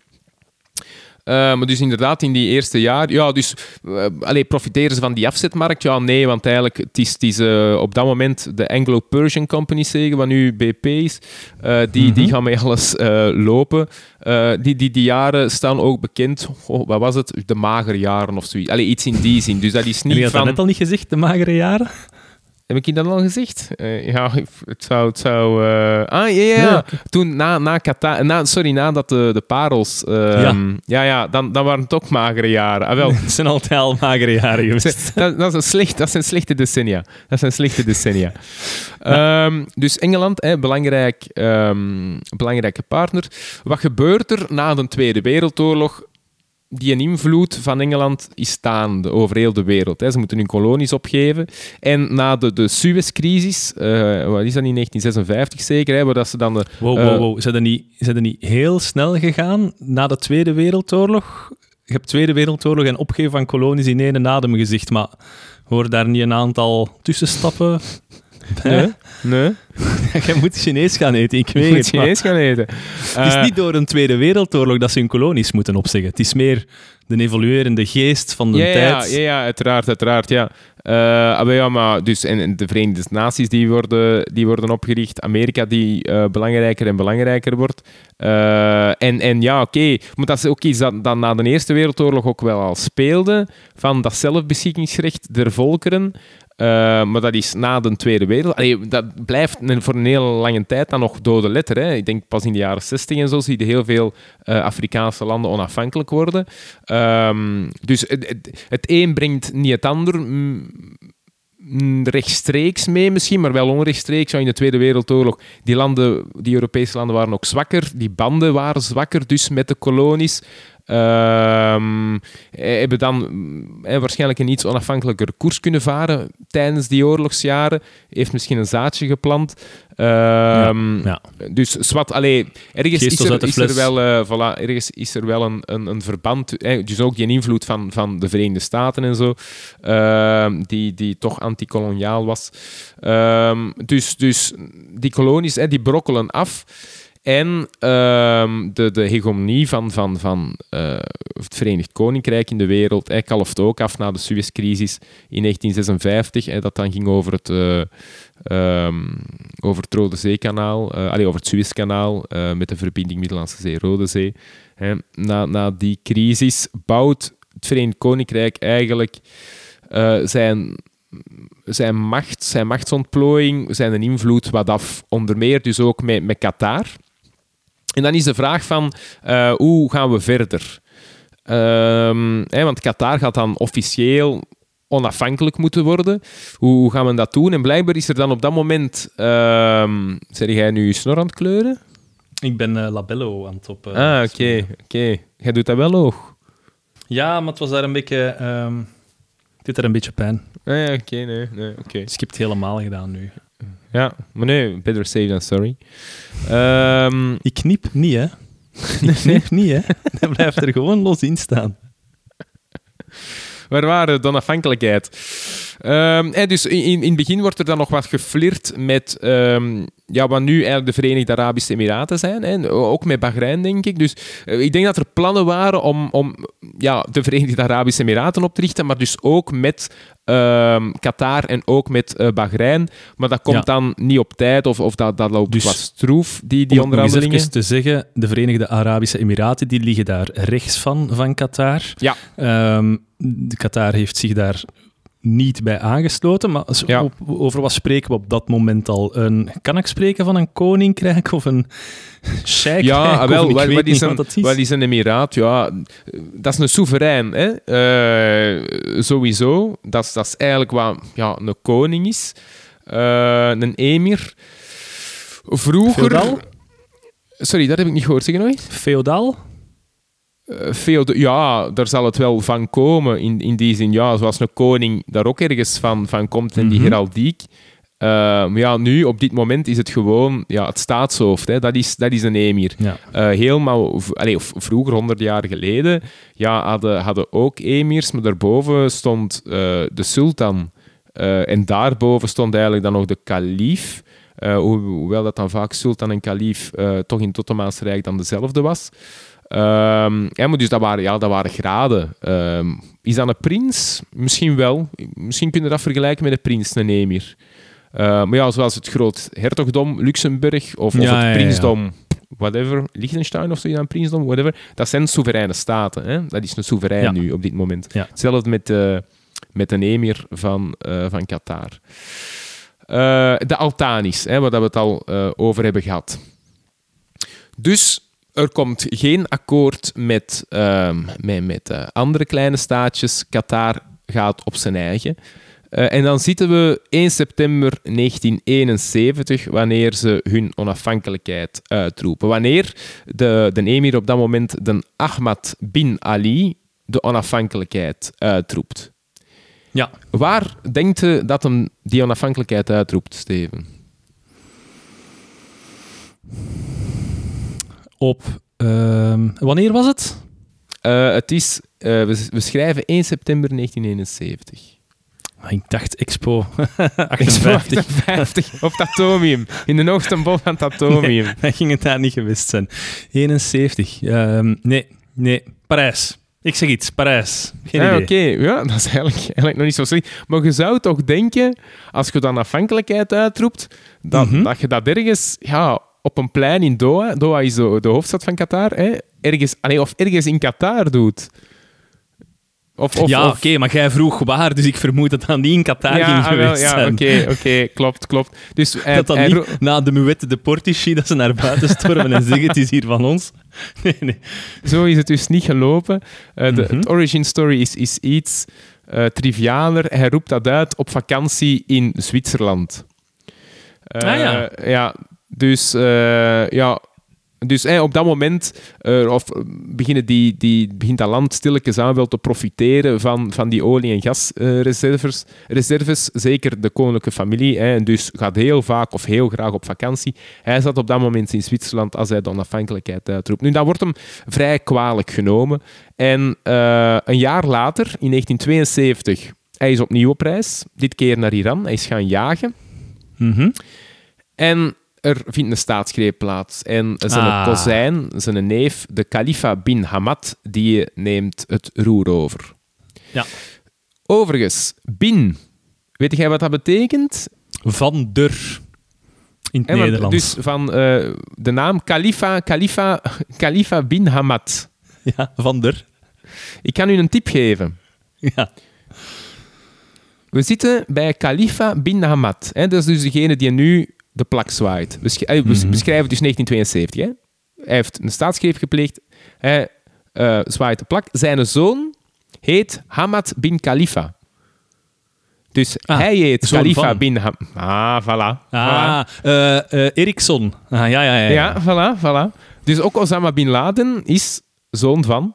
Speaker 2: Uh, maar dus inderdaad, in die eerste jaar... Ja, dus... Uh, allee, profiteren ze van die afzetmarkt? Ja, nee, want eigenlijk... Het is, het is uh, op dat moment de Anglo-Persian Company, zeggen, wat nu B P is. Uh, die, mm-hmm. die gaan met alles uh, lopen. Uh, die, die, die jaren staan ook bekend... Oh, wat was het? De magere jaren of zoiets. Allee, iets in die zin. Dus dat is niet
Speaker 1: en je had
Speaker 2: van...
Speaker 1: dat net al niet gezegd, de magere jaren?
Speaker 2: Heb ik je dat al gezegd? Uh, ja, het zou... Het zou uh... Ah, ja, ja. ja. Toen, na, na Qatar... Na, sorry, nadat de, de parels... Uh, ja. ja, ja, dan, dan waren het ook magere jaren. Ah, wel.
Speaker 1: Het zijn altijd al magere jaren geweest.
Speaker 2: dat, dat, is een slecht, dat zijn slechte decennia. Dat zijn slechte decennia. Ja. Um, dus Engeland, hè, belangrijk, um, belangrijke partner. Wat gebeurt er na de Tweede Wereldoorlog? Die een invloed van Engeland is staande over heel de wereld. Hè. Ze moeten hun kolonies opgeven. En na de, de Suez-crisis, uh, wat is dat in negentien zesenvijftig zeker, hè, waar dat ze dan... De,
Speaker 1: wow, wow, wow. Uh, zijn dat niet, zijn dat niet heel snel gegaan na de Tweede Wereldoorlog? Je hebt Tweede Wereldoorlog en opgeven van kolonies in één adem gezegd, maar hoor daar niet een aantal tussenstappen bij?
Speaker 2: Nee. nee.
Speaker 1: Je moet Chinees gaan eten, ik weet
Speaker 2: Je moet
Speaker 1: het.
Speaker 2: Chinees gaan eten.
Speaker 1: Het is uh, niet door een Tweede Wereldoorlog dat ze hun kolonies moeten opzeggen. Het is meer de evoluerende geest van de
Speaker 2: ja,
Speaker 1: tijd.
Speaker 2: Ja, ja, uiteraard, uiteraard, ja. Uh, ja, maar dus, en, en de Verenigde Naties die worden, die worden opgericht, Amerika die uh, belangrijker en belangrijker wordt. Uh, en, en ja, oké, okay. maar dat is ook iets dat, dat na de Eerste Wereldoorlog ook wel al speelde, van dat zelfbeschikkingsrecht der volkeren. Uh, maar dat is na de Tweede Wereld... Allee, dat blijft voor een hele lange tijd dan nog dode letter. Hè. Ik denk pas in de jaren zestig en zo zie je heel veel uh, Afrikaanse landen onafhankelijk worden. Um, dus het, het, het een brengt niet het ander rechtstreeks mee misschien, maar wel onrechtstreeks. In de Tweede Wereldoorlog, die, landen, die Europese landen waren ook zwakker. Die banden waren zwakker, dus met de kolonies. Um, hebben dan eh, waarschijnlijk een iets onafhankelijker koers kunnen varen tijdens die oorlogsjaren. Heeft misschien een zaadje geplant. Um, ja, ja. Dus zwart, allee, ergens is er, is er wel, uh, voilà, ergens is er wel een, een, een verband. Eh, dus ook die invloed van, van de Verenigde Staten en zo, uh, die, die toch anti-koloniaal was. Um, dus, dus die kolonies, eh, die brokkelen af. En uh, de, de hegemonie van, van, van uh, het Verenigd Koninkrijk in de wereld eh, kalft ook af na de Suezcrisis in negentien zesenvijftig. Eh, dat dan ging over het, uh, um, over het Rode Zeekanaal, uh, allee, over het Suezkanaal uh, met de verbinding Middellandse Zee-Rode Zee. Eh, na, na die crisis bouwt het Verenigd Koninkrijk eigenlijk uh, zijn... zijn macht, zijn machtsontplooiing, zijn invloed wat af, onder meer dus ook met, met Qatar. En dan is de vraag van, uh, hoe gaan we verder? Um, hè, want Qatar gaat dan officieel onafhankelijk moeten worden. Hoe, hoe gaan we dat doen? En blijkbaar is er dan op dat moment... Um, zeg jij nu je snor aan het kleuren?
Speaker 1: Ik ben uh, labello aan het op... Uh,
Speaker 2: ah, oké. Okay, okay. Jij doet dat wel hoog.
Speaker 1: Ja, maar het was daar een beetje... Um, het deed er een beetje pijn.
Speaker 2: Ah, ja, oké, okay, nee, nee, oké. Okay.
Speaker 1: Dus ik heb het helemaal gedaan nu.
Speaker 2: Ja, maar nee, better safe than sorry. Um,
Speaker 1: ik knip niet, hè. Ik knip niet, hè. Dat blijft er gewoon los in staan.
Speaker 2: Waar waren de onafhankelijkheid? Um, eh, dus in, in het begin wordt er dan nog wat geflirt met um, ja, wat nu eigenlijk de Verenigde Arabische Emiraten zijn. Hè? Ook met Bahrein, denk ik. Dus uh, ik denk dat er plannen waren om, om ja, de Verenigde Arabische Emiraten op te richten, maar dus ook met um, Qatar en ook met uh, Bahrein. Maar dat komt ja. dan niet op tijd, of, of dat, dat loopt dus wat stroef, die, die onderhandelingen.
Speaker 1: Om even te zeggen, de Verenigde Arabische Emiraten die liggen daar rechts van, van Qatar.
Speaker 2: Ja.
Speaker 1: Um, Qatar heeft zich daar niet bij aangesloten, maar ja. op, over wat spreken we op dat moment al? Een, kan ik spreken van een koninkrijk of een sheikrijk?
Speaker 2: Ja, wel, wat, wat, is
Speaker 1: een,
Speaker 2: een,
Speaker 1: wat, is.
Speaker 2: wat is een emiraat? Ja, dat is een soeverein, hè? Uh, sowieso. Dat is, dat is eigenlijk wat ja, een koning is. Uh, een emir. Vroeger...
Speaker 1: Feodaal?
Speaker 2: Sorry, dat heb ik niet gehoord. Zeg je nog eens?
Speaker 1: Feodaal?
Speaker 2: Uh, feode- ja, daar zal het wel van komen. In, in die zin, ja, zoals een koning daar ook ergens van, van komt en die mm-hmm. heraldiek. Uh, maar ja, nu, op dit moment, is het gewoon ja, het staatshoofd. Hè. Dat, is, dat is een emir. Ja. Uh, helemaal, allez, of vroeger, honderd jaar geleden, ja, hadden, hadden ook emirs, maar daarboven stond uh, de sultan. Uh, en daarboven stond eigenlijk dan nog de kalief. Uh, ho- hoewel dat dan vaak sultan en kalief uh, toch in het Ottomaanse Rijk dan dezelfde was. Um, ja, maar dus dat waren, ja, dat waren graden. Um, is dat een prins? Misschien wel. Misschien kun je dat vergelijken met een prins, een emir. Uh, maar ja, zoals het groot hertogdom Luxemburg of, of
Speaker 1: ja,
Speaker 2: het prinsdom,
Speaker 1: ja, ja.
Speaker 2: whatever, Liechtenstein of zo, een prinsdom, whatever. Dat zijn soevereine staten. Hè? Dat is een soeverein ja. nu op dit moment. Ja. Hetzelfde met, uh, met een emir van, uh, van Qatar. Uh, de Altanis, hè, waar we het al uh, over hebben gehad. Dus er komt geen akkoord met, uh, met, met uh, andere kleine staatjes. Qatar gaat op zijn eigen. Uh, en dan zitten we één september negentien eenenzeventig, wanneer ze hun onafhankelijkheid uitroepen. Wanneer de, de emir op dat moment, de Ahmad bin Ali, de onafhankelijkheid uitroept.
Speaker 1: Ja.
Speaker 2: Waar denkt u dat hem die onafhankelijkheid uitroept, Steven?
Speaker 1: Op... Uh, wanneer was het?
Speaker 2: Uh, het is... Uh, we, we schrijven één september negentien eenenzeventig.
Speaker 1: Ik dacht Expo achtenvijftig.
Speaker 2: Expo achtenvijftig op het atomium. In de Oostenbol van het atomium.
Speaker 1: Nee, dat ging het daar niet geweest zijn. eenenzeventig. Um, nee, nee. Parijs. Ik zeg iets. Parijs. Geen
Speaker 2: ah,
Speaker 1: idee.
Speaker 2: Oké, okay. Ja, dat is eigenlijk, eigenlijk nog niet zo slecht. Maar je zou toch denken, als je dan afhankelijkheid uitroept, dat, mm-hmm. dat je dat ergens... Ja, op een plein in Doha, Doha is de, de hoofdstad van Qatar, hè, ergens, allez, of ergens in Qatar doet.
Speaker 1: Of, of, ja, oké, okay, maar jij vroeg waar, dus ik vermoed dat dat niet in Qatar
Speaker 2: ja,
Speaker 1: ging
Speaker 2: ah, wel,
Speaker 1: geweest
Speaker 2: ja,
Speaker 1: zijn.
Speaker 2: Oké, okay, oké, okay, klopt, klopt. Dus,
Speaker 1: uh, dat dan niet vroeg... na de muette de Portici, dat ze naar buiten stormen en zeggen, het is hier van ons. Nee, nee.
Speaker 2: Zo is het dus niet gelopen. Uh, de, mm-hmm. Het origin story is, is iets... uh, trivialer. Hij roept dat uit op vakantie in Zwitserland. Uh,
Speaker 1: ah ja.
Speaker 2: Ja, dus... Uh, ja... Dus eh, op dat moment uh, of beginnen die, die, begint dat land stilletjes aan wel te profiteren van, van die olie- en gasreserves. Uh, reserves, zeker de koninklijke familie. Eh, en dus gaat heel vaak of heel graag op vakantie. Hij zat op dat moment in Zwitserland als hij de onafhankelijkheid uitroept. Nu, dat wordt hem vrij kwalijk genomen. En uh, een jaar later, in negentien tweeënzeventig, hij is opnieuw op reis. Dit keer naar Iran. Hij is gaan jagen.
Speaker 1: Mm-hmm.
Speaker 2: En... er vindt een staatsgreep plaats. En zijn ah. kozijn, zijn neef, de Khalifa bin Hamad, die neemt het roer over.
Speaker 1: Ja.
Speaker 2: Overigens, bin, weet jij wat dat betekent?
Speaker 1: Van der, in het
Speaker 2: en
Speaker 1: Nederlands.
Speaker 2: Dus van uh, de naam Khalifa, Khalifa, Khalifa bin Hamad.
Speaker 1: Ja, van der.
Speaker 2: Ik kan u een tip geven.
Speaker 1: Ja.
Speaker 2: We zitten bij Khalifa bin Hamad. Hè? Dat is dus degene die nu... de plak zwaait. We, sch- we mm-hmm. beschrijven dus negentien tweeënzeventig. Hè? Hij heeft een staatsgreep gepleegd. Hij uh, zwaait de plak. Zijn zoon heet Hamad bin Khalifa. Dus ah, hij heet Khalifa van. bin Hamad. Ah, voilà.
Speaker 1: Ah, voilà. Uh, uh, Eriksson. Ah, ja, ja, ja. Ja,
Speaker 2: ja voilà, voilà. Dus ook Osama bin Laden is zoon van.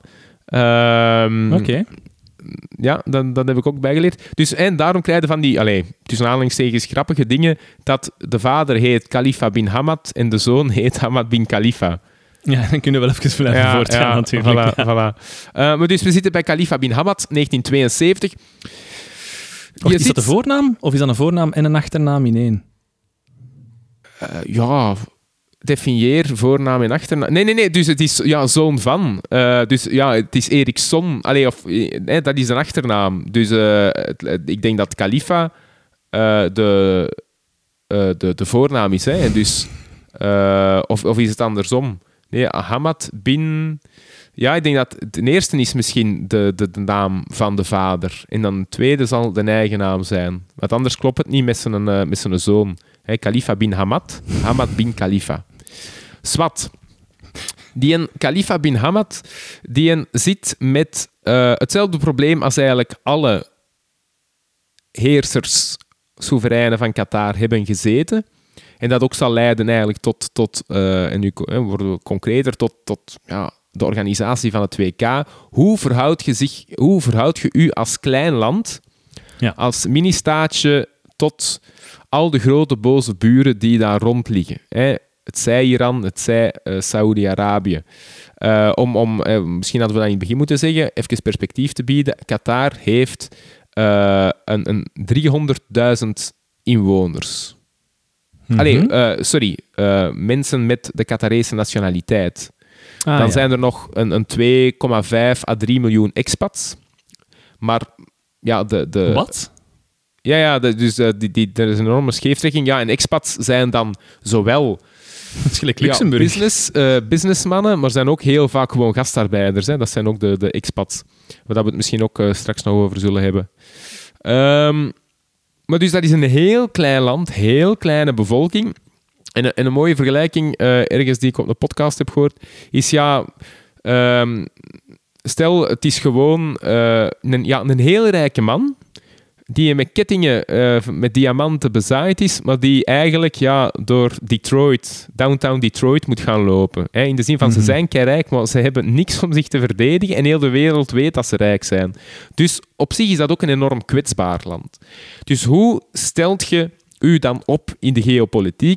Speaker 2: Um,
Speaker 1: Oké. Okay.
Speaker 2: Ja, dat, dat heb ik ook bijgeleerd. Dus, en daarom krijg je van die, allez, tussen aanhalingstekens, grappige dingen, dat de vader heet Khalifa bin Hamad en de zoon heet Hamad bin Khalifa.
Speaker 1: Ja, dan kunnen we wel even blijven
Speaker 2: ja,
Speaker 1: voortgaan
Speaker 2: ja,
Speaker 1: natuurlijk.
Speaker 2: Voilà, ja. voilà. Uh, maar dus we zitten bij Khalifa bin Hamad, negentien tweeënzeventig.
Speaker 1: Wacht, is zit... dat de voornaam? Of is dat een voornaam en een achternaam in één?
Speaker 2: Uh, ja... Definieer voornaam en achternaam. Nee, nee, nee. Dus het is ja, zoon van. Uh, dus ja, het is Eriksson. Allee, of, nee, dat is een achternaam. Dus uh, het, ik denk dat Khalifa uh, de, uh, de, de voornaam is. Hè. En dus, uh, of, of is het andersom? Nee, Hamad bin... Ja, ik denk dat de eerste is misschien de, de, de naam van de vader. En dan de tweede zal de eigen naam zijn. Want anders klopt het niet met zijn, uh, met zijn zoon. Hè, Khalifa bin Hamad. Hamad bin Khalifa. Swat. Die een Khalifa bin Hamad die een zit met uh, hetzelfde probleem als eigenlijk alle heersers, soevereinen van Qatar hebben gezeten. En dat ook zal leiden eigenlijk tot, tot uh, en nu worden we concreter, tot, tot ja, de organisatie van het W K. Hoe verhoudt je zich, hoe verhoudt je u als klein land, ja. als mini-staatje, tot al de grote boze buren die daar rond liggen? Hè? Het zij Iran, het zij uh, Saoedi-Arabië. Uh, om, om, uh, misschien hadden we dat in het begin moeten zeggen, even perspectief te bieden. Qatar heeft uh, een, een driehonderdduizend inwoners. Mm-hmm. Allee, uh, sorry, uh, mensen met de Qatarese nationaliteit. Ah, Dan ja. zijn er nog een, een twee komma vijf à drie miljoen expats. Maar ja, de... de
Speaker 1: Wat?
Speaker 2: Ja, ja de, dus uh, die, die, er is een enorme scheeftrekking. Ja, en expats zijn dan zowel...
Speaker 1: Dat is gelijk Luxemburg.
Speaker 2: Ja, business, uh, businessmannen, maar zijn ook heel vaak gewoon gastarbeiders. Hè. Dat zijn ook de, de expats. Waar we het misschien ook uh, straks nog over zullen hebben. Um, maar dus dat is een heel klein land, heel kleine bevolking. En een, en een mooie vergelijking, uh, ergens die ik op de podcast heb gehoord, is ja... Um, stel, het is gewoon uh, een, ja, een heel rijke man... die met kettingen uh, met diamanten bezaaid is, maar die eigenlijk ja, door Detroit, downtown Detroit, moet gaan lopen. Hè? In de zin van, mm-hmm. ze zijn keirijk, maar ze hebben niks om zich te verdedigen en heel de wereld weet dat ze rijk zijn. Dus op zich is dat ook een enorm kwetsbaar land. Dus hoe stelt je u dan op in de geopolitiek?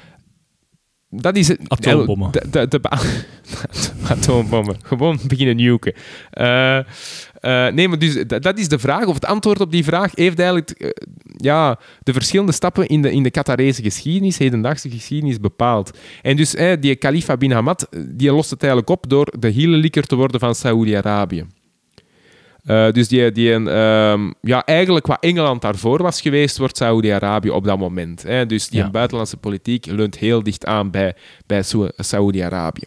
Speaker 2: Dat is het.
Speaker 1: Atoombommen.
Speaker 2: De, de, de, de, atoombommen. Gewoon beginnen nuken. Uh, uh, nee, maar dus, dat, dat is de vraag, of het antwoord op die vraag heeft eigenlijk uh, ja, de verschillende stappen in de, in de Qatarese geschiedenis, hedendaagse geschiedenis, bepaald. En dus eh, die Khalifa bin Hamad, die lost het eigenlijk op door de hielelikker te worden van Saoedi-Arabië. Uh, dus die, die een, um, ja, eigenlijk wat Engeland daarvoor was geweest, wordt Saoedi-Arabië op dat moment. Hè. Dus die ja. buitenlandse politiek leunt heel dicht aan bij, bij Saoedi-Arabië.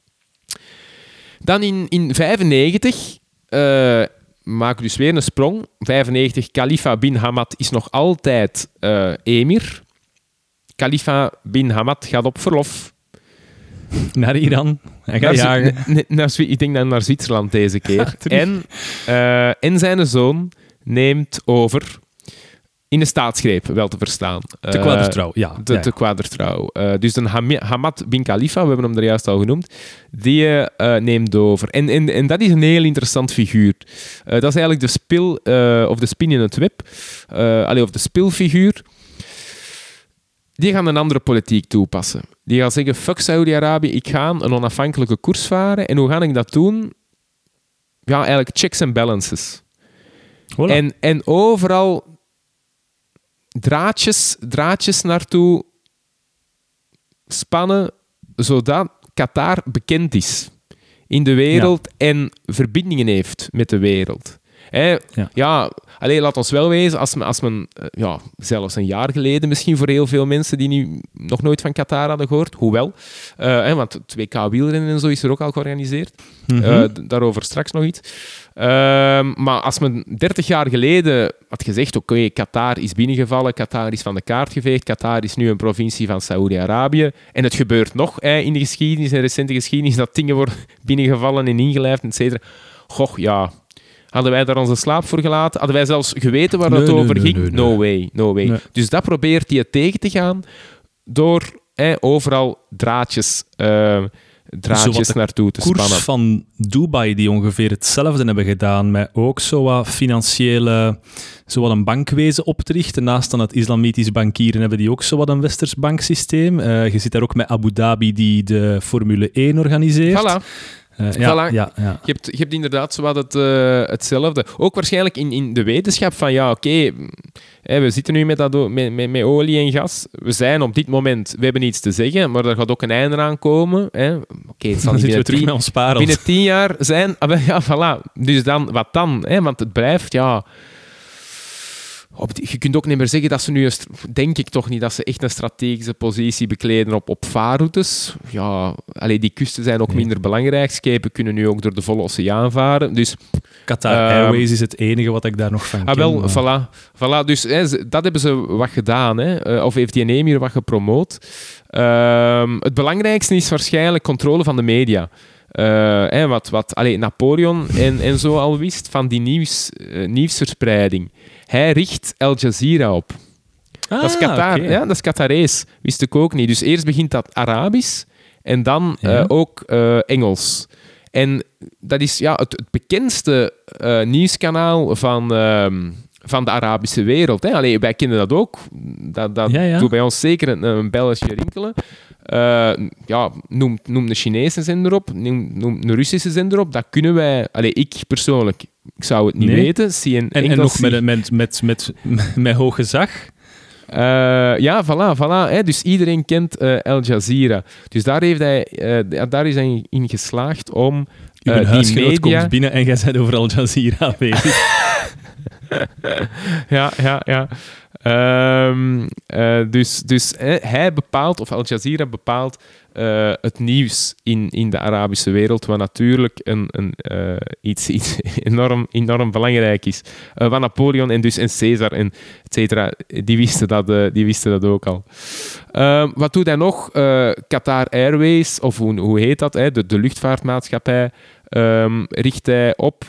Speaker 2: Dan in negentien vijfennegentig uh, maak ik dus weer een sprong. vijfennegentig, Khalifa bin Hamad is nog altijd uh, emir. Khalifa bin Hamad gaat op verlof.
Speaker 1: Naar Iran. Hij gaat
Speaker 2: naar,
Speaker 1: jagen.
Speaker 2: N- naar, ik denk dan naar Zwitserland deze keer. Ja, en, uh, en zijn zoon, neemt over... In de staatsgreep, wel te verstaan.
Speaker 1: Te kwadertrouw, ja.
Speaker 2: De,
Speaker 1: ja.
Speaker 2: te kwadertrouw. Uh, dus een Ham- Hamad bin Khalifa, we hebben hem er juist al genoemd, die uh, neemt over. En, en, en dat is een heel interessant figuur. Uh, dat is eigenlijk de spil, uh, of de spin in het web, uh, allee, of de spilfiguur. Die gaan een andere politiek toepassen. Die gaan zeggen, fuck Saudi-Arabië, ik ga een onafhankelijke koers varen. En hoe ga ik dat doen? Ja, eigenlijk checks and balances.
Speaker 1: Voilà.
Speaker 2: En, en overal... Draadjes, draadjes naartoe spannen, zodat Qatar bekend is in de wereld ja. en verbindingen heeft met de wereld. Hè? Ja, ja allee, laat ons wel wezen, als men, als men ja, zelfs een jaar geleden misschien voor heel veel mensen die nu nog nooit van Qatar hadden gehoord, hoewel, uh, hè, want het W K wielrennen en zo is er ook al georganiseerd. Mm-hmm. Uh, d- daarover straks nog iets. Uh, maar als men dertig jaar geleden had gezegd, oké, okay, Qatar is binnengevallen, Qatar is van de kaart geveegd, Qatar is nu een provincie van Saoedi-Arabië, en het gebeurt nog hè, in de geschiedenis, in de recente geschiedenis, dat dingen worden binnengevallen en ingelijfd, et cetera. Goh, ja... Hadden wij daar onze slaap voor gelaten? Hadden wij zelfs geweten waar
Speaker 1: nee,
Speaker 2: het
Speaker 1: nee,
Speaker 2: over
Speaker 1: nee,
Speaker 2: ging?
Speaker 1: Nee, nee.
Speaker 2: No way, no way. Nee. Dus dat probeert hij tegen te gaan door eh, overal draadjes, uh, draadjes naartoe te spannen.
Speaker 1: De koers van Dubai, die ongeveer hetzelfde hebben gedaan, met ook zo wat financiële, zo wat een bankwezen op te richten. Naast dan het islamitisch bankieren hebben die ook zo wat een westers banksysteem. Uh, je zit daar ook met Abu Dhabi, die de Formule één organiseert.
Speaker 2: Voilà. Uh, ja, voilà. ja, ja. Je, hebt, je hebt inderdaad zowat het, uh, hetzelfde. Ook waarschijnlijk in, in de wetenschap van ja, oké, okay, we zitten nu met, dat, met, met, met olie en gas. We zijn op dit moment, we hebben iets te zeggen, maar er gaat ook een einde aan komen. Oké, okay, het zal niet binnen, tien, met ons binnen tien jaar zijn. Ah, ja, voilà. Dus dan, wat dan? Hè? Want het blijft, ja... Op die, je kunt ook niet meer zeggen dat ze nu, een, denk ik toch niet, dat ze echt een strategische positie bekleden op, op vaarroutes. Ja, allee, die kusten zijn ook nee. minder belangrijk. Schepen kunnen nu ook door de volle oceaan varen. Dus,
Speaker 1: Qatar uh, Airways is het enige wat ik daar nog van
Speaker 2: ah,
Speaker 1: ken.
Speaker 2: Wel, voilà, voilà. Dus hè, dat hebben ze wat gedaan. Hè. Uh, of heeft die Emir wat gepromoot. Uh, het belangrijkste is waarschijnlijk controle van de media. Uh, hè, wat wat allee, Napoleon en, en zo al wist van die nieuws, uh, nieuwsverspreiding. Hij richt Al Jazeera op. Ah, dat is Qatar, okay. ja, dat is Qatarees. Wist ik ook niet. Dus eerst begint dat Arabisch en dan ja. uh, ook uh, Engels. En dat is ja, het, het bekendste uh, nieuwskanaal van, uh, van de Arabische wereld. Hè. Allee, wij kennen dat ook. Dat, dat ja, ja. doet bij ons zeker een, een belletje rinkelen. Uh, ja, noem, noem de Chinese zender op, noem, noem de Russische zender op. Dat kunnen wij... Allee, ik persoonlijk, ik zou het niet nee. weten. Zie een
Speaker 1: en, en nog met, met, met, met, met hoog gezag?
Speaker 2: Uh, ja, voilà, voilà. Hè. Dus iedereen kent uh, Al Jazeera. Dus daar, heeft hij, uh, daar is hij in geslaagd om uh,
Speaker 1: Uw huisgenoot
Speaker 2: media...
Speaker 1: komt binnen en jij bent over Al Jazeera bezig.
Speaker 2: ja, ja, ja. Um, uh, dus dus uh, hij bepaalt, of Al Jazeera bepaalt uh, het nieuws in, in de Arabische wereld, wat natuurlijk een, een, uh, iets, iets enorm, enorm belangrijk is. Uh, van Napoleon en dus en Caesar en et cetera, die wisten dat, uh, die wisten dat ook al. Uh, wat doet hij nog? Uh, Qatar Airways, of hoe, hoe heet dat? Hè? De, de luchtvaartmaatschappij um, richt hij op.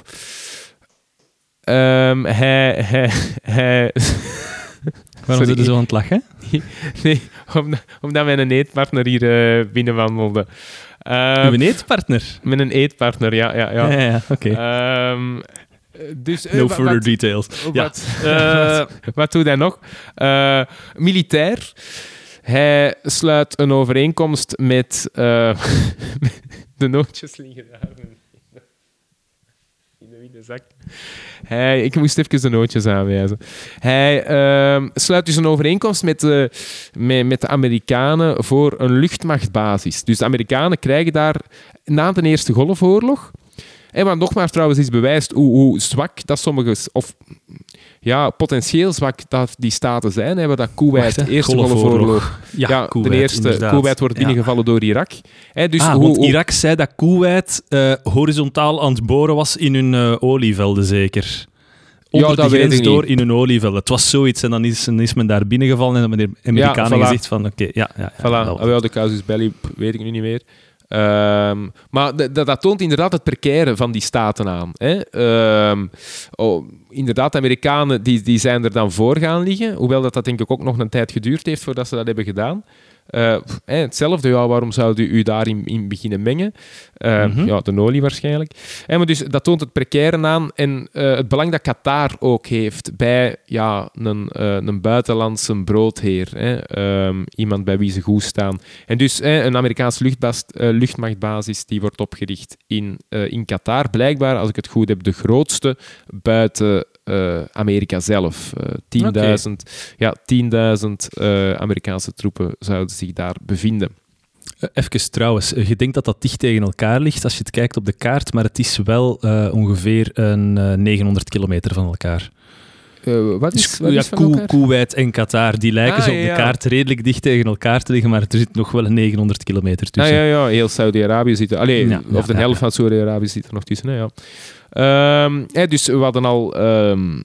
Speaker 2: Um, hij... hij, hij
Speaker 1: Waarom zit je zo aan het lachen?
Speaker 2: Nee, omdat, omdat mijn eetpartner hier uh, binnenwandelde.
Speaker 1: Uh, Uw eetpartner?
Speaker 2: Met een eetpartner, ja. ja, ja.
Speaker 1: ja, ja oké. Okay.
Speaker 2: Um, dus, uh,
Speaker 1: no
Speaker 2: wat,
Speaker 1: further
Speaker 2: wat,
Speaker 1: details.
Speaker 2: Wat, ja. uh, wat doet hij nog? Uh, militair. Hij sluit een overeenkomst met... Uh, de nootjes liggen daar. In de zak. Hij, ik moest even de nootjes aanwijzen. Hij uh, sluit dus een overeenkomst met, uh, met, met de Amerikanen voor een luchtmachtbasis. Dus de Amerikanen krijgen daar na de Eerste Golfoorlog... En wat nogmaals trouwens is bewijst hoe, hoe zwak dat sommige... Of ja, potentieel zwak dat die staten zijn. Hebben dat Kuwait, de Eerste Golfoorlog...
Speaker 1: Ja,
Speaker 2: ja
Speaker 1: Kuwait,
Speaker 2: de eerste
Speaker 1: inderdaad.
Speaker 2: Kuwait wordt binnengevallen ja. door Irak. He, dus
Speaker 1: ah,
Speaker 2: hoe,
Speaker 1: want
Speaker 2: hoe,
Speaker 1: Irak zei dat Kuwait uh, horizontaal aan het boren was in hun uh, olievelden, zeker. Onder
Speaker 2: ja, dat
Speaker 1: de grens
Speaker 2: weet
Speaker 1: door in hun olievelden. Het was zoiets en dan is, is men daar binnengevallen en dan hebben de Amerikanen
Speaker 2: ja, voilà.
Speaker 1: gezegd van oké, okay, ja, ja, ja.
Speaker 2: Voilà, ja, de casus belli weet ik nu niet meer. Um, maar d- d- dat toont inderdaad het precaire van die staten aan. Hè? Um, oh, inderdaad, de Amerikanen die, die zijn er dan voor gaan liggen, hoewel dat, dat denk ik ook nog een tijd geduurd heeft voordat ze dat hebben gedaan. Uh, eh, hetzelfde, ja, waarom zou u u daarin in beginnen mengen? Uh, mm-hmm. Ja, de olie waarschijnlijk. Eh, maar dus dat toont het precaire aan en uh, het belang dat Qatar ook heeft bij ja, een, uh, een buitenlandse broodheer. Hè? Um, iemand bij wie ze goed staan. En dus eh, een Amerikaanse luchtbas, uh, luchtmachtbasis die wordt opgericht in, uh, in Qatar. Blijkbaar, als ik het goed heb, de grootste buiten Uh, Amerika zelf. Uh, tienduizend okay. ja, tienduizend uh, Amerikaanse troepen zouden zich daar bevinden.
Speaker 1: Uh, even trouwens, uh, je denkt dat dat dicht tegen elkaar ligt als je het kijkt op de kaart, maar het is wel uh, ongeveer een uh, negenhonderd kilometer van elkaar.
Speaker 2: Uh, wat is,
Speaker 1: dus,
Speaker 2: wat
Speaker 1: ja,
Speaker 2: is van
Speaker 1: Ko-
Speaker 2: elkaar?
Speaker 1: Kuwait en Qatar, die lijken
Speaker 2: ah,
Speaker 1: zo op
Speaker 2: ja,
Speaker 1: de
Speaker 2: ja.
Speaker 1: kaart redelijk dicht tegen elkaar te liggen, maar er zit nog wel een negenhonderd kilometer tussen.
Speaker 2: Ah, ja, ja, heel Saudi-Arabië zit er. Allee, ja, of ja, de helft ja, ja. van Saudi-Arabië zit er nog tussen. Hè, ja. Um, hey, dus we hadden al um,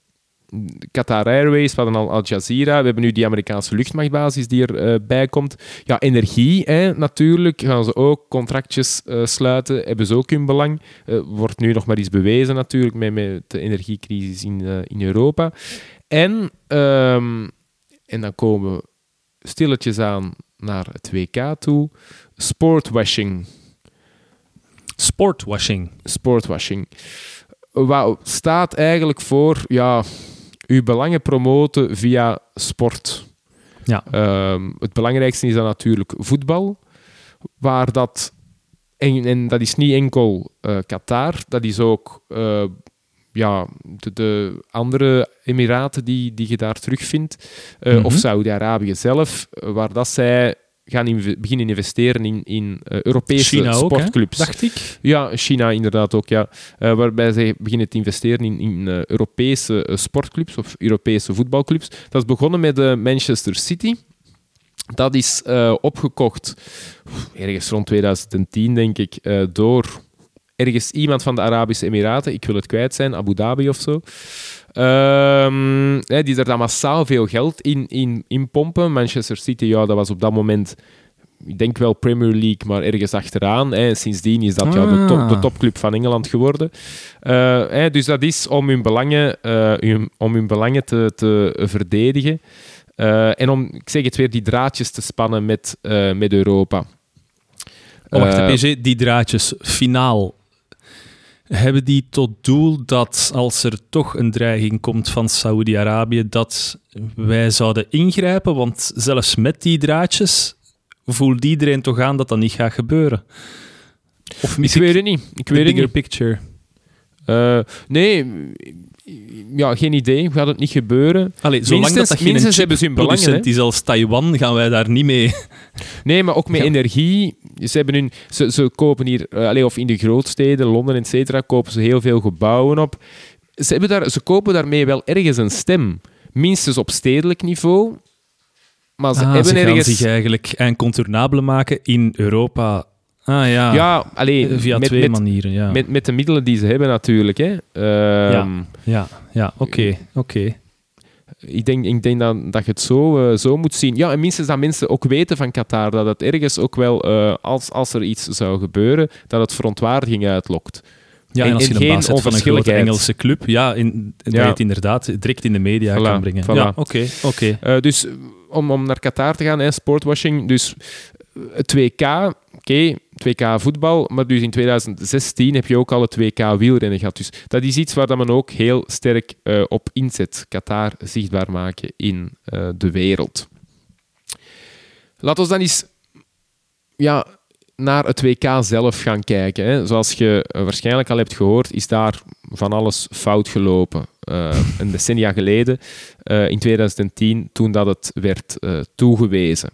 Speaker 2: Qatar Airways, we hadden al Al Jazeera, we hebben nu die Amerikaanse luchtmachtbasis die erbij uh, komt. Ja, energie, hè, natuurlijk, gaan ze ook contractjes uh, sluiten, hebben ze ook hun belang. Uh, wordt nu nog maar eens bewezen natuurlijk, met, met de energiecrisis in, uh, in Europa. En, um, en dan komen we stilletjes aan naar het W K toe. Sportwashing.
Speaker 1: Sportwashing.
Speaker 2: Sportwashing. Wat staat eigenlijk voor, ja, uw belangen promoten via sport.
Speaker 1: Ja.
Speaker 2: Um, het belangrijkste is dan natuurlijk voetbal, waar dat, en, en dat is niet enkel uh, Qatar, dat is ook uh, ja, de, de andere Emiraten die, die je daar terugvindt, uh, mm-hmm. of Saudi-Arabië zelf, waar dat zij gaan inv- beginnen investeren in, in uh, Europese
Speaker 1: China
Speaker 2: sportclubs.
Speaker 1: Ook, dacht ik.
Speaker 2: Ja, China inderdaad ook, ja. Uh, waarbij zij beginnen te investeren in, in uh, Europese uh, sportclubs of Europese voetbalclubs. Dat is begonnen met uh, Manchester City. Dat is uh, opgekocht ergens rond twintig tien, denk ik, uh, door ergens iemand van de Arabische Emiraten. Ik wil het kwijt zijn, Abu Dhabi of zo. Um, hè, die er dan massaal veel geld in, in, in pompen. Manchester City, ja, dat was op dat moment, ik denk wel Premier League, maar ergens achteraan. Hè. Sindsdien is dat ah. ja, de, top, de topclub van Engeland geworden. Uh, hè, dus dat is om hun belangen, uh, om hun belangen te, te verdedigen. Uh, en om, ik zeg het weer, die draadjes te spannen met, uh, met Europa.
Speaker 1: Oh, wacht, uh, P G, die draadjes, finaal. Hebben die tot doel dat als er toch een dreiging komt van Saoedi-Arabië, dat wij zouden ingrijpen? Want zelfs met die draadjes voelt iedereen toch aan dat dat niet gaat gebeuren.
Speaker 2: Of ik weet het niet. Ik weet het niet.
Speaker 1: Picture.
Speaker 2: Uh, nee, ja, geen idee. Gaat het niet gebeuren?
Speaker 1: Allee, zolang
Speaker 2: minstens,
Speaker 1: dat dat geen chipproducent is als Taiwan, gaan wij daar niet mee.
Speaker 2: Nee, maar ook met ja. energie. Ze, hebben hun, ze, ze kopen hier, uh, allee, of in de grootsteden, Londen, et cetera, kopen ze heel veel gebouwen op. Ze, hebben daar, ze kopen daarmee wel ergens een stem. Minstens op stedelijk niveau. Maar ze
Speaker 1: ah,
Speaker 2: hebben
Speaker 1: ze gaan
Speaker 2: ergens...
Speaker 1: zich eigenlijk incontournabele maken in Europa. Ah ja,
Speaker 2: ja allee,
Speaker 1: via
Speaker 2: met,
Speaker 1: twee
Speaker 2: met,
Speaker 1: manieren. Ja.
Speaker 2: Met, met de middelen die ze hebben natuurlijk. Hè. Um,
Speaker 1: ja, ja, ja oké. Okay, okay.
Speaker 2: Ik denk, ik denk dat, dat je het zo, uh, zo moet zien. Ja, en minstens dat mensen ook weten van Qatar, dat het ergens ook wel, uh, als, als er iets zou gebeuren, dat het verontwaardiging uitlokt.
Speaker 1: Ja, en, en als je een baas hebt van een grote Engelse club, ja, in, dat ja. je het inderdaad direct in de media
Speaker 2: voilà,
Speaker 1: kan brengen.
Speaker 2: Voilà.
Speaker 1: Ja, oké. Okay, okay.
Speaker 2: uh, dus om, om naar Qatar te gaan, hè, sportwashing, dus het W K, oké, okay, het W K voetbal, maar dus in twintig zestien heb je ook al het W K wielrennen gehad. Dus dat is iets waar dat men ook heel sterk uh, op inzet. Qatar zichtbaar maken in uh, de wereld. Laten we dan eens ja, naar het W K zelf gaan kijken. Hè. Zoals je uh, waarschijnlijk al hebt gehoord, is daar van alles fout gelopen. Uh, een decennia geleden, uh, in twintig tien, toen dat het werd uh, toegewezen.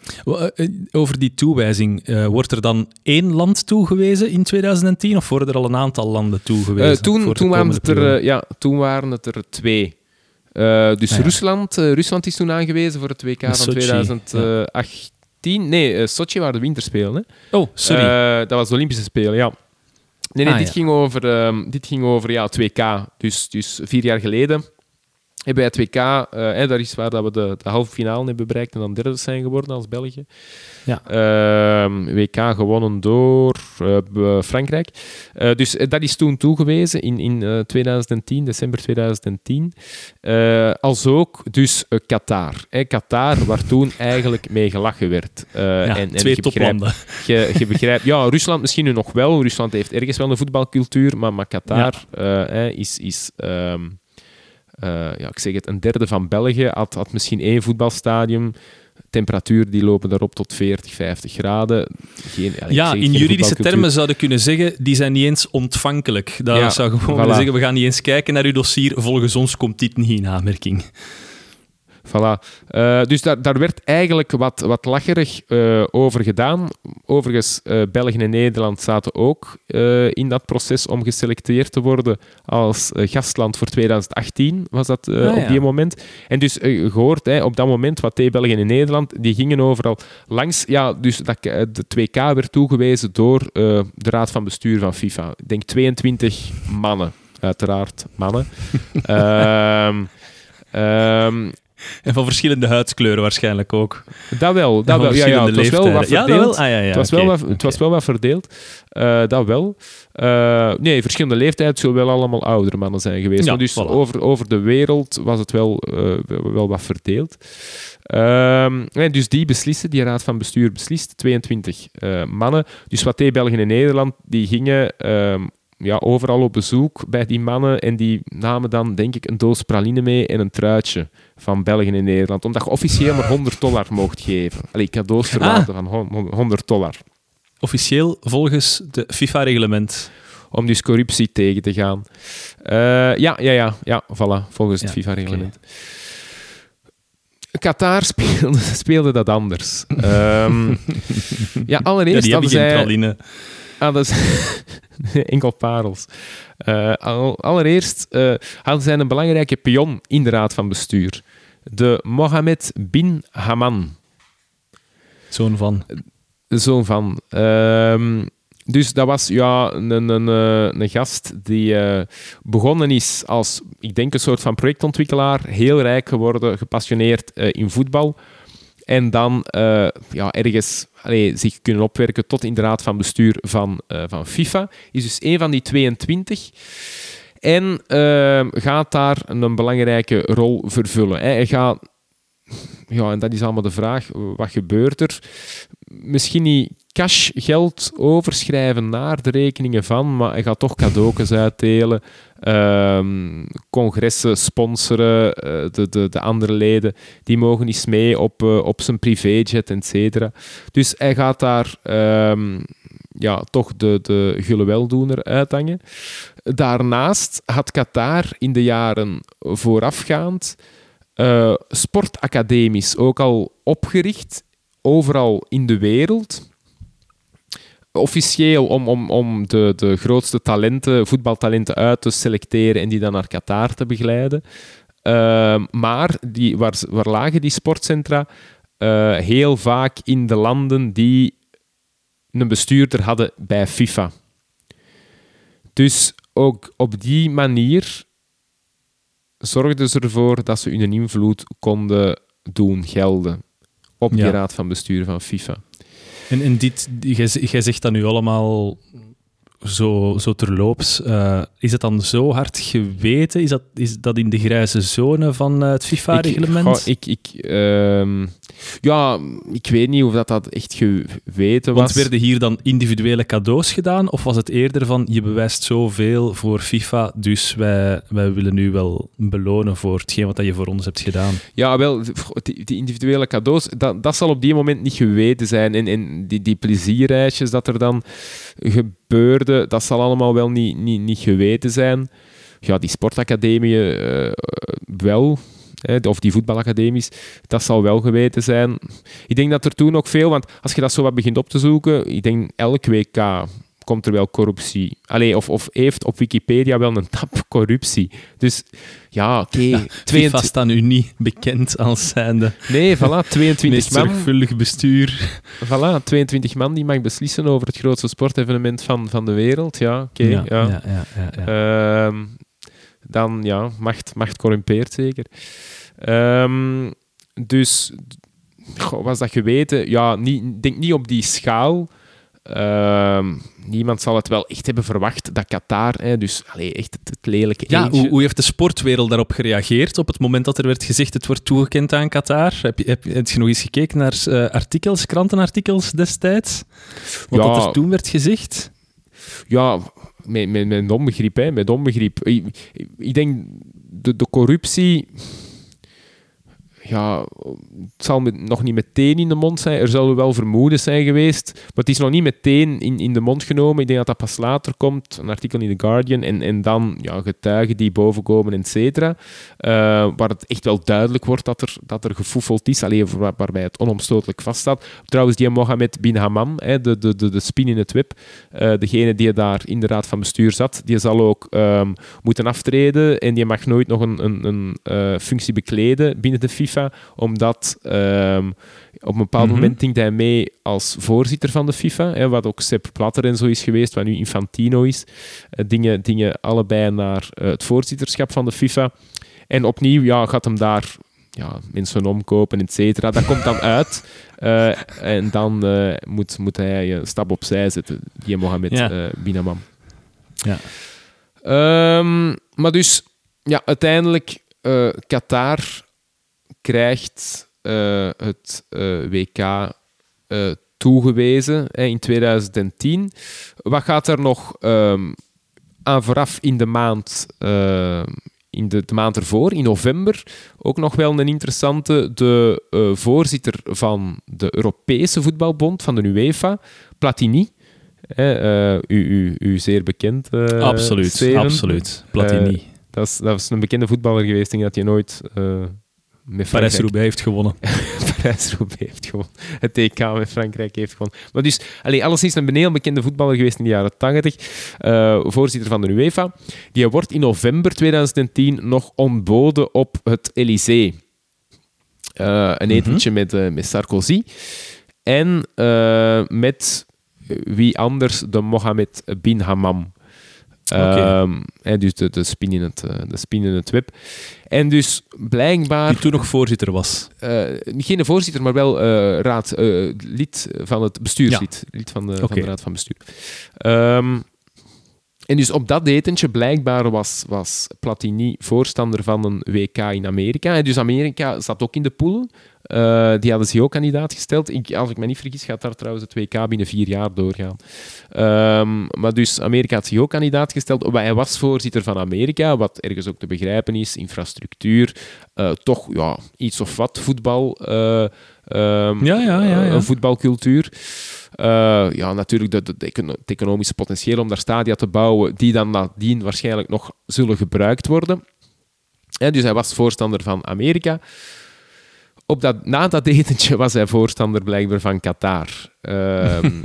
Speaker 1: Over die toewijzing, uh, wordt er dan één land toegewezen in twintig tien of worden er al een aantal landen toegewezen?
Speaker 2: Uh, toen, toen, waren het er, uh, ja, toen waren het er twee. Uh, dus ah, ja. Rusland, uh, Rusland is toen aangewezen voor het W K van
Speaker 1: Sochi,
Speaker 2: twintig achttien. Ja. Nee, uh, Sochi waren de winterspelen. Hè?
Speaker 1: Oh, sorry.
Speaker 2: Uh, dat was de Olympische Spelen, ja. Nee, nee
Speaker 1: ah,
Speaker 2: dit,
Speaker 1: ja.
Speaker 2: ging over, um, dit ging over ja, het W K, dus, dus vier jaar geleden. En bij het W K, uh, hè, daar is waar dat we de, de halve finale hebben bereikt en dan derde zijn geworden als België.
Speaker 1: Ja.
Speaker 2: Uh, W K gewonnen door uh, Frankrijk. Uh, dus uh, dat is toen toegewezen in, in uh, twintig tien, december twintig tien. Uh, als ook dus uh, Qatar. Hè, Qatar, waar toen eigenlijk mee gelachen werd. Uh,
Speaker 1: ja,
Speaker 2: en,
Speaker 1: twee
Speaker 2: en
Speaker 1: toplanden.
Speaker 2: Je, je begrijpt, ja, Rusland misschien nu nog wel. Rusland heeft ergens wel een voetbalcultuur, maar, maar Qatar ja. uh, is... is um, Uh, ja, ik zeg het, een derde van België had, had misschien één voetbalstadium. Temperatuur die lopen daarop tot veertig, vijftig graden. Geen, ja,
Speaker 1: ja, in juridische termen zouden kunnen zeggen, die zijn niet eens ontvankelijk. Dat ja, zou gewoon voilà. willen zeggen, we gaan niet eens kijken naar uw dossier, volgens ons komt dit niet in aanmerking.
Speaker 2: Voilà. Uh, dus daar, daar werd eigenlijk wat, wat lacherig uh, over gedaan. Overigens, uh, België en Nederland zaten ook uh, in dat proces om geselecteerd te worden als uh, gastland voor twintig achttien, was dat uh, ah, op ja. die moment. En dus uh, gehoord, hè, op dat moment, wat deed België en Nederland, die gingen overal langs. Ja, dus dat, de twee K werd toegewezen door uh, de Raad van Bestuur van FIFA. Ik denk tweeëntwintig mannen, uiteraard mannen. um, um,
Speaker 1: En van verschillende huidskleuren waarschijnlijk ook.
Speaker 2: Dat wel. Dat wel. Ja, ja, het was wel wat verdeeld. Ja, wel? Ah, ja, ja, het, was okay. wel wat, het was wel wat verdeeld. Uh, dat wel. Uh, nee, verschillende leeftijden zullen wel allemaal oudere mannen zijn geweest. Ja, maar dus voilà. over, over de wereld was het wel, uh, wel wat verdeeld. Uh, en dus die beslissen, die raad van bestuur beslist, tweeëntwintig uh, mannen. Dus wat deed België en Nederland? Die gingen... Uh, Ja, overal op bezoek bij die mannen en die namen dan, denk ik, een doos praline mee en een truitje van België en Nederland, omdat je officieel maar honderd dollar mocht geven. Allee, cadeaus ter waarde ah. van honderd dollar.
Speaker 1: Officieel volgens de FIFA-reglement.
Speaker 2: Om dus corruptie tegen te gaan. Uh, ja, ja, ja, ja, voilà, volgens ja, het FIFA-reglement. Okay. Qatar speelde, speelde dat anders. um, ja, allereerst... Ja,
Speaker 1: die hebben geen praline.
Speaker 2: Ah, dat is enkel parels. Uh, allereerst uh, hadden zij een belangrijke pion in de raad van bestuur. De Mohammed bin Haman.
Speaker 1: Zoon van.
Speaker 2: De zoon van. Uh, dus dat was ja, een, een, een gast die uh, begonnen is als, ik denk, een soort van projectontwikkelaar. Heel rijk geworden, gepassioneerd uh, in voetbal. En dan uh, ja, ergens allee, zich kunnen opwerken tot in de raad van bestuur van, uh, van FIFA. Is dus één van die tweeëntwintig. En uh, gaat daar een belangrijke rol vervullen. Hè. Hij gaat... Ja, en dat is allemaal de vraag. Wat gebeurt er? Misschien niet cash geld overschrijven naar de rekeningen van, maar hij gaat toch cadeautjes uitdelen, um, congressen sponsoren, uh, de, de, de andere leden, die mogen eens mee op, uh, op zijn privéjet, et cetera. Dus hij gaat daar um, ja, toch de, de gulle weldoener uithangen. Daarnaast had Qatar in de jaren voorafgaand uh, sportacademies ook al opgericht, overal in de wereld. Officieel om, om, om de, de grootste talenten, voetbaltalenten uit te selecteren en die dan naar Qatar te begeleiden. Uh, maar die, waar, waar lagen die sportcentra? Uh, heel vaak in de landen die een bestuurder hadden bij FIFA. Dus ook op die manier zorgden ze ervoor dat ze hun invloed konden doen gelden op die ja. raad van bestuur van FIFA.
Speaker 1: En, en dit, jij zegt dat nu allemaal zo, zo terloops. Uh, is het dan zo hard geweten? Is dat, is dat in de grijze zone van uh, het FIFA-reglement?
Speaker 2: Ik, ik, ik, uh, ja, ik weet niet of dat, dat echt geweten was.
Speaker 1: Want werden hier dan individuele cadeaus gedaan? Of was het eerder van, je bewijst zoveel voor FIFA, dus wij, wij willen nu wel belonen voor hetgeen wat je voor ons hebt gedaan?
Speaker 2: Ja, wel, die, die individuele cadeaus, dat, dat zal op die moment niet geweten zijn. En, en die, die plezierreisjes dat er dan gebeurde, dat zal allemaal wel niet, niet, niet geweten zijn. Ja, die sportacademieën uh, wel, hè, of die voetbalacademies, dat zal wel geweten zijn. Ik denk dat er toen ook veel, want als je dat zo wat begint op te zoeken, ik denk elk W K komt er wel corruptie. Allee, of, of heeft op Wikipedia wel een tab corruptie. Dus ja, oké. Okay,
Speaker 1: ja, FIFA staat nu niet bekend als zijnde.
Speaker 2: Nee, voilà, tweeëntwintig man.
Speaker 1: Zorgvuldig bestuur.
Speaker 2: Voilà, tweeëntwintig man die mag beslissen over het grootste sportevenement van, van de wereld. Ja, oké. Okay,
Speaker 1: ja,
Speaker 2: ja.
Speaker 1: ja, ja, ja, ja.
Speaker 2: Uh, dan ja, macht, macht corrumpeert zeker. Um, dus, goh, was dat geweten? Ja, niet, denk niet op die schaal. Uh, niemand zal het wel echt hebben verwacht dat Qatar, hè, dus allee, echt het, het lelijke
Speaker 1: ja,
Speaker 2: eentje...
Speaker 1: Hoe, hoe heeft de sportwereld daarop gereageerd op het moment dat er werd gezegd het wordt toegekend aan Qatar? Heb je, heb, heb je nog eens gekeken naar uh, artikels, krantenartikels destijds? Wat
Speaker 2: ja,
Speaker 1: dat er toen werd gezegd?
Speaker 2: Ja, met, met, met onbegrip, hè, met onbegrip. Ik, ik denk, de, de corruptie... Ja, het zal met, nog niet meteen in de mond zijn. Er zullen wel vermoedens zijn geweest. Maar het is nog niet meteen in, in de mond genomen. Ik denk dat dat pas later komt. Een artikel in The Guardian. En, en dan ja, getuigen die bovenkomen, et cetera. Uh, waar het echt wel duidelijk wordt dat er, dat er gefoefeld is. Alleen waar, waarbij het onomstotelijk vaststaat. Trouwens, die Mohammed bin Hammam, hè, de, de, de, de spin in het web. Uh, degene die daar in de raad van bestuur zat. Die zal ook um, moeten aftreden. En die mag nooit nog een, een, een uh, functie bekleden binnen de FIFA. Omdat um, op een bepaald mm-hmm. moment denkt hij mee als voorzitter van de FIFA, hè, wat ook Sepp Blatter en zo is geweest, wat nu Infantino is. Uh, dingen, dingen allebei naar uh, het voorzitterschap van de FIFA. En opnieuw ja, gaat hem daar ja, mensen omkopen, et cetera. Dat komt dan uit. Uh, en dan uh, moet, moet hij een stap opzij zetten, die Mohammed ja. uh, bin Hammam.
Speaker 1: Ja.
Speaker 2: Um, maar dus, ja, uiteindelijk uh, Qatar... krijgt uh, het uh, W K uh, toegewezen hè, in twintig tien. Wat gaat er nog um, aan vooraf in de maand, uh, in de, de maand ervoor, in november, ook nog wel een interessante. De uh, voorzitter van de Europese voetbalbond, van de UEFA, Platini. Hè, uh, u, u, u zeer bekend. Uh,
Speaker 1: absoluut,
Speaker 2: Steven.
Speaker 1: absoluut. Platini.
Speaker 2: Uh, dat, is, dat is een bekende voetballer geweest. Ik denk dat hij nooit... Uh,
Speaker 1: Parijs-Roubaix heeft gewonnen.
Speaker 2: Parijs-Roubaix heeft gewonnen. Het T K met Frankrijk heeft gewonnen. Maar dus, allez, alleszins een heel bekende voetballer geweest in de jaren tachtig. Uh, voorzitter van de UEFA. Die wordt in november twintig tien nog ontboden op het Elysée. Uh, een etentje mm-hmm. met, uh, met Sarkozy. En uh, met wie anders? De Mohammed bin Hammam. Okay. Um, hè, dus de, de, spin in het, de spin in het web. En dus blijkbaar...
Speaker 1: Die toen nog voorzitter was.
Speaker 2: Uh, geen voorzitter, maar wel uh, raad, uh, lid van het bestuurslid. Ja. Lid van de, okay. van de raad van bestuur. Um, en dus op dat etentje blijkbaar was, was Platini voorstander van een W K in Amerika. En dus Amerika zat ook in de pool. Uh, die hadden zich ook kandidaat gesteld. Ik, als ik me niet vergis, gaat daar trouwens het W K binnen vier jaar doorgaan. Um, maar dus Amerika had zich ook kandidaat gesteld. Maar hij was voorzitter van Amerika, wat ergens ook te begrijpen is. Infrastructuur, uh, toch ja, iets of wat voetbal. Uh, um,
Speaker 1: ja, ja, ja, ja.
Speaker 2: Een voetbalcultuur. Uh, ja, natuurlijk de, de, de, het economische potentieel om daar stadia te bouwen, die dan nadien waarschijnlijk nog zullen gebruikt worden. Ja, dus hij was voorstander van Amerika. Op dat, na dat etentje was hij voorstander blijkbaar van Qatar. Um,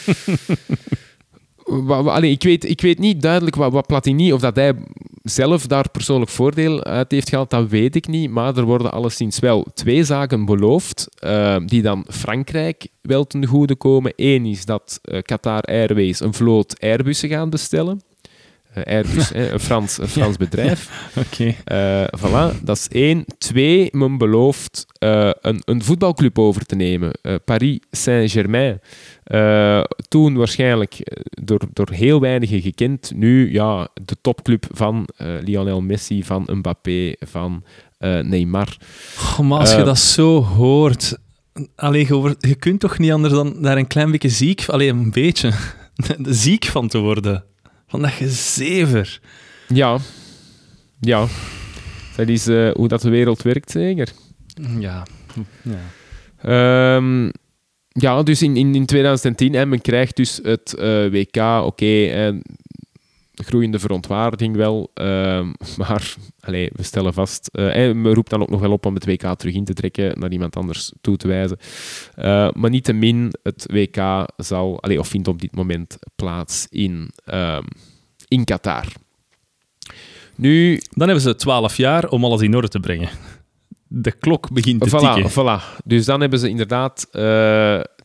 Speaker 2: wa, wa, allee, ik, weet, ik weet niet duidelijk wat, wat Platini, of dat hij zelf daar persoonlijk voordeel uit heeft gehaald, dat weet ik niet. Maar er worden alleszins wel twee zaken beloofd, uh, die dan Frankrijk wel ten goede komen. Eén is dat uh, Qatar Airways een vloot Airbussen gaan bestellen. Uh, Airbus, hè, een Frans, een Frans bedrijf.
Speaker 1: Oké.
Speaker 2: Okay. Uh, voilà, dat is één. Twee, men belooft uh, een, een voetbalclub over te nemen. Uh, Paris Saint-Germain. Uh, toen waarschijnlijk door, door heel weinigen gekend. Nu, ja, de topclub van uh, Lionel Messi, van Mbappé, van uh, Neymar.
Speaker 1: Oh, maar als uh, je dat zo hoort... Allee, je, je kunt toch niet anders dan daar een klein beetje ziek... Allee, een beetje... ziek van te worden. Van dat gezever.
Speaker 2: Ja. Ja. Dat is uh, hoe dat de wereld werkt, zeker.
Speaker 1: Ja. Ja,
Speaker 2: um, ja dus in, in, in twintig tien, hè, men krijgt dus het uh, W K, oké, okay, groeiende verontwaardiging wel, uh, maar allez, we stellen vast, uh, en men roept dan ook nog wel op om het W K terug in te trekken, naar iemand anders toe te wijzen. Uh, maar niettemin, het W K zal, allez, of vindt op dit moment plaats in, uh, in Qatar. Nu,
Speaker 1: dan hebben ze twaalf jaar om alles in orde te brengen. De klok begint te
Speaker 2: voilà,
Speaker 1: tikken.
Speaker 2: Voilà. Dus dan hebben ze inderdaad uh,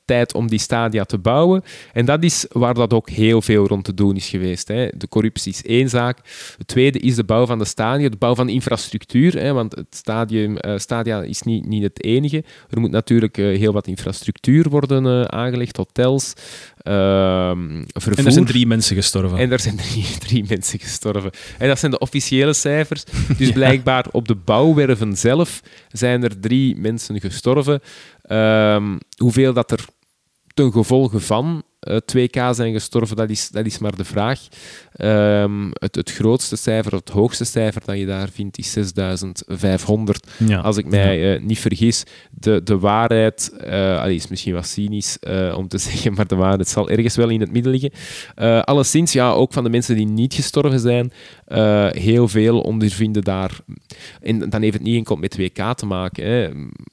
Speaker 2: tijd om die stadia te bouwen. En dat is waar dat ook heel veel rond te doen is geweest. Hè. De corruptie is één zaak. Het tweede is de bouw van de stadia, de bouw van de infrastructuur. Hè, want het stadium, uh, stadia is niet, niet het enige. Er moet natuurlijk uh, heel wat infrastructuur worden uh, aangelegd, hotels, uh, vervoer.
Speaker 1: En er zijn drie mensen gestorven.
Speaker 2: En er zijn drie, drie mensen gestorven. En dat zijn de officiële cijfers. Dus ja. Blijkbaar op de bouwwerven zelf zijn er drie mensen gestorven. Um, hoeveel dat er ten gevolge van uh, twee K zijn gestorven, dat is, dat is maar de vraag. Um, het, het grootste cijfer, het hoogste cijfer dat je daar vindt, is zesduizend vijfhonderd. Ja. Als ik mij ja. uh, niet vergis. De, de waarheid, uh, allee, is misschien wat cynisch uh, om te zeggen, maar de waarheid zal ergens wel in het midden liggen. Uh, alleszins, ja, ook van de mensen die niet gestorven zijn, uh, heel veel ondervinden daar. En dan heeft het niet enkel met twee K te maken, hè.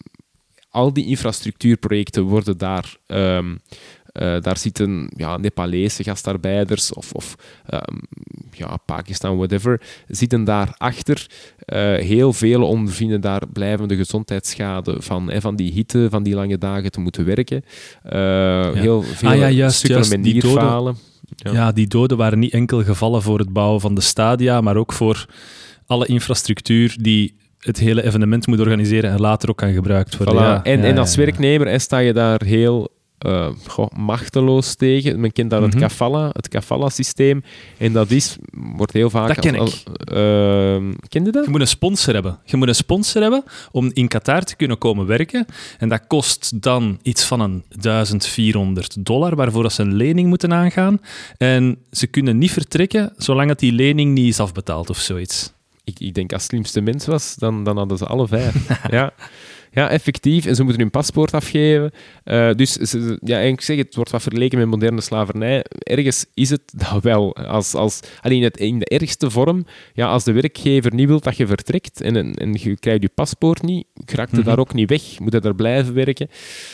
Speaker 2: Al die infrastructuurprojecten worden daar... Um, uh, daar zitten ja, Nepalese gastarbeiders of, of um, ja, Pakistan, whatever, zitten daar achter. Uh, heel veel ondervinden daar blijvende gezondheidsschade van, hè, van die hitte, van die lange dagen te moeten werken. Uh, ja. Heel veel
Speaker 1: ah, ja, juist,
Speaker 2: stukken met nierfalen.
Speaker 1: Ja. ja, die doden waren niet enkel gevallen voor het bouwen van de stadia, maar ook voor alle infrastructuur die het hele evenement moet organiseren en later ook kan gebruikt worden.
Speaker 2: Voilà.
Speaker 1: Ja,
Speaker 2: en,
Speaker 1: ja,
Speaker 2: en als
Speaker 1: ja, ja.
Speaker 2: werknemer hè, sta je daar heel uh, goh, machteloos tegen. Men kent dat mm-hmm. het kafala, het kafala-systeem. En dat is, wordt heel vaak...
Speaker 1: Dat ken
Speaker 2: als,
Speaker 1: ik.
Speaker 2: Als, uh, ken je dat?
Speaker 1: Je moet een sponsor hebben. Je moet een sponsor hebben om in Qatar te kunnen komen werken. En dat kost dan iets van een duizend vierhonderd dollar, waarvoor ze een lening moeten aangaan. En ze kunnen niet vertrekken zolang dat die lening niet is afbetaald of zoiets.
Speaker 2: Ik, ik denk, als het slimste mens was, dan, dan hadden ze alle vijf. ja. ja, effectief. En ze moeten hun paspoort afgeven. Uh, dus ze, ja, ik zeg, het wordt wat vergeleken met moderne slavernij. Ergens is het dat wel. Als, als, alleen het, in de ergste vorm, ja, als de werkgever niet wil dat je vertrekt en, en, en je krijgt je paspoort niet, raakt je mm-hmm. daar ook niet weg. Moet je daar blijven werken.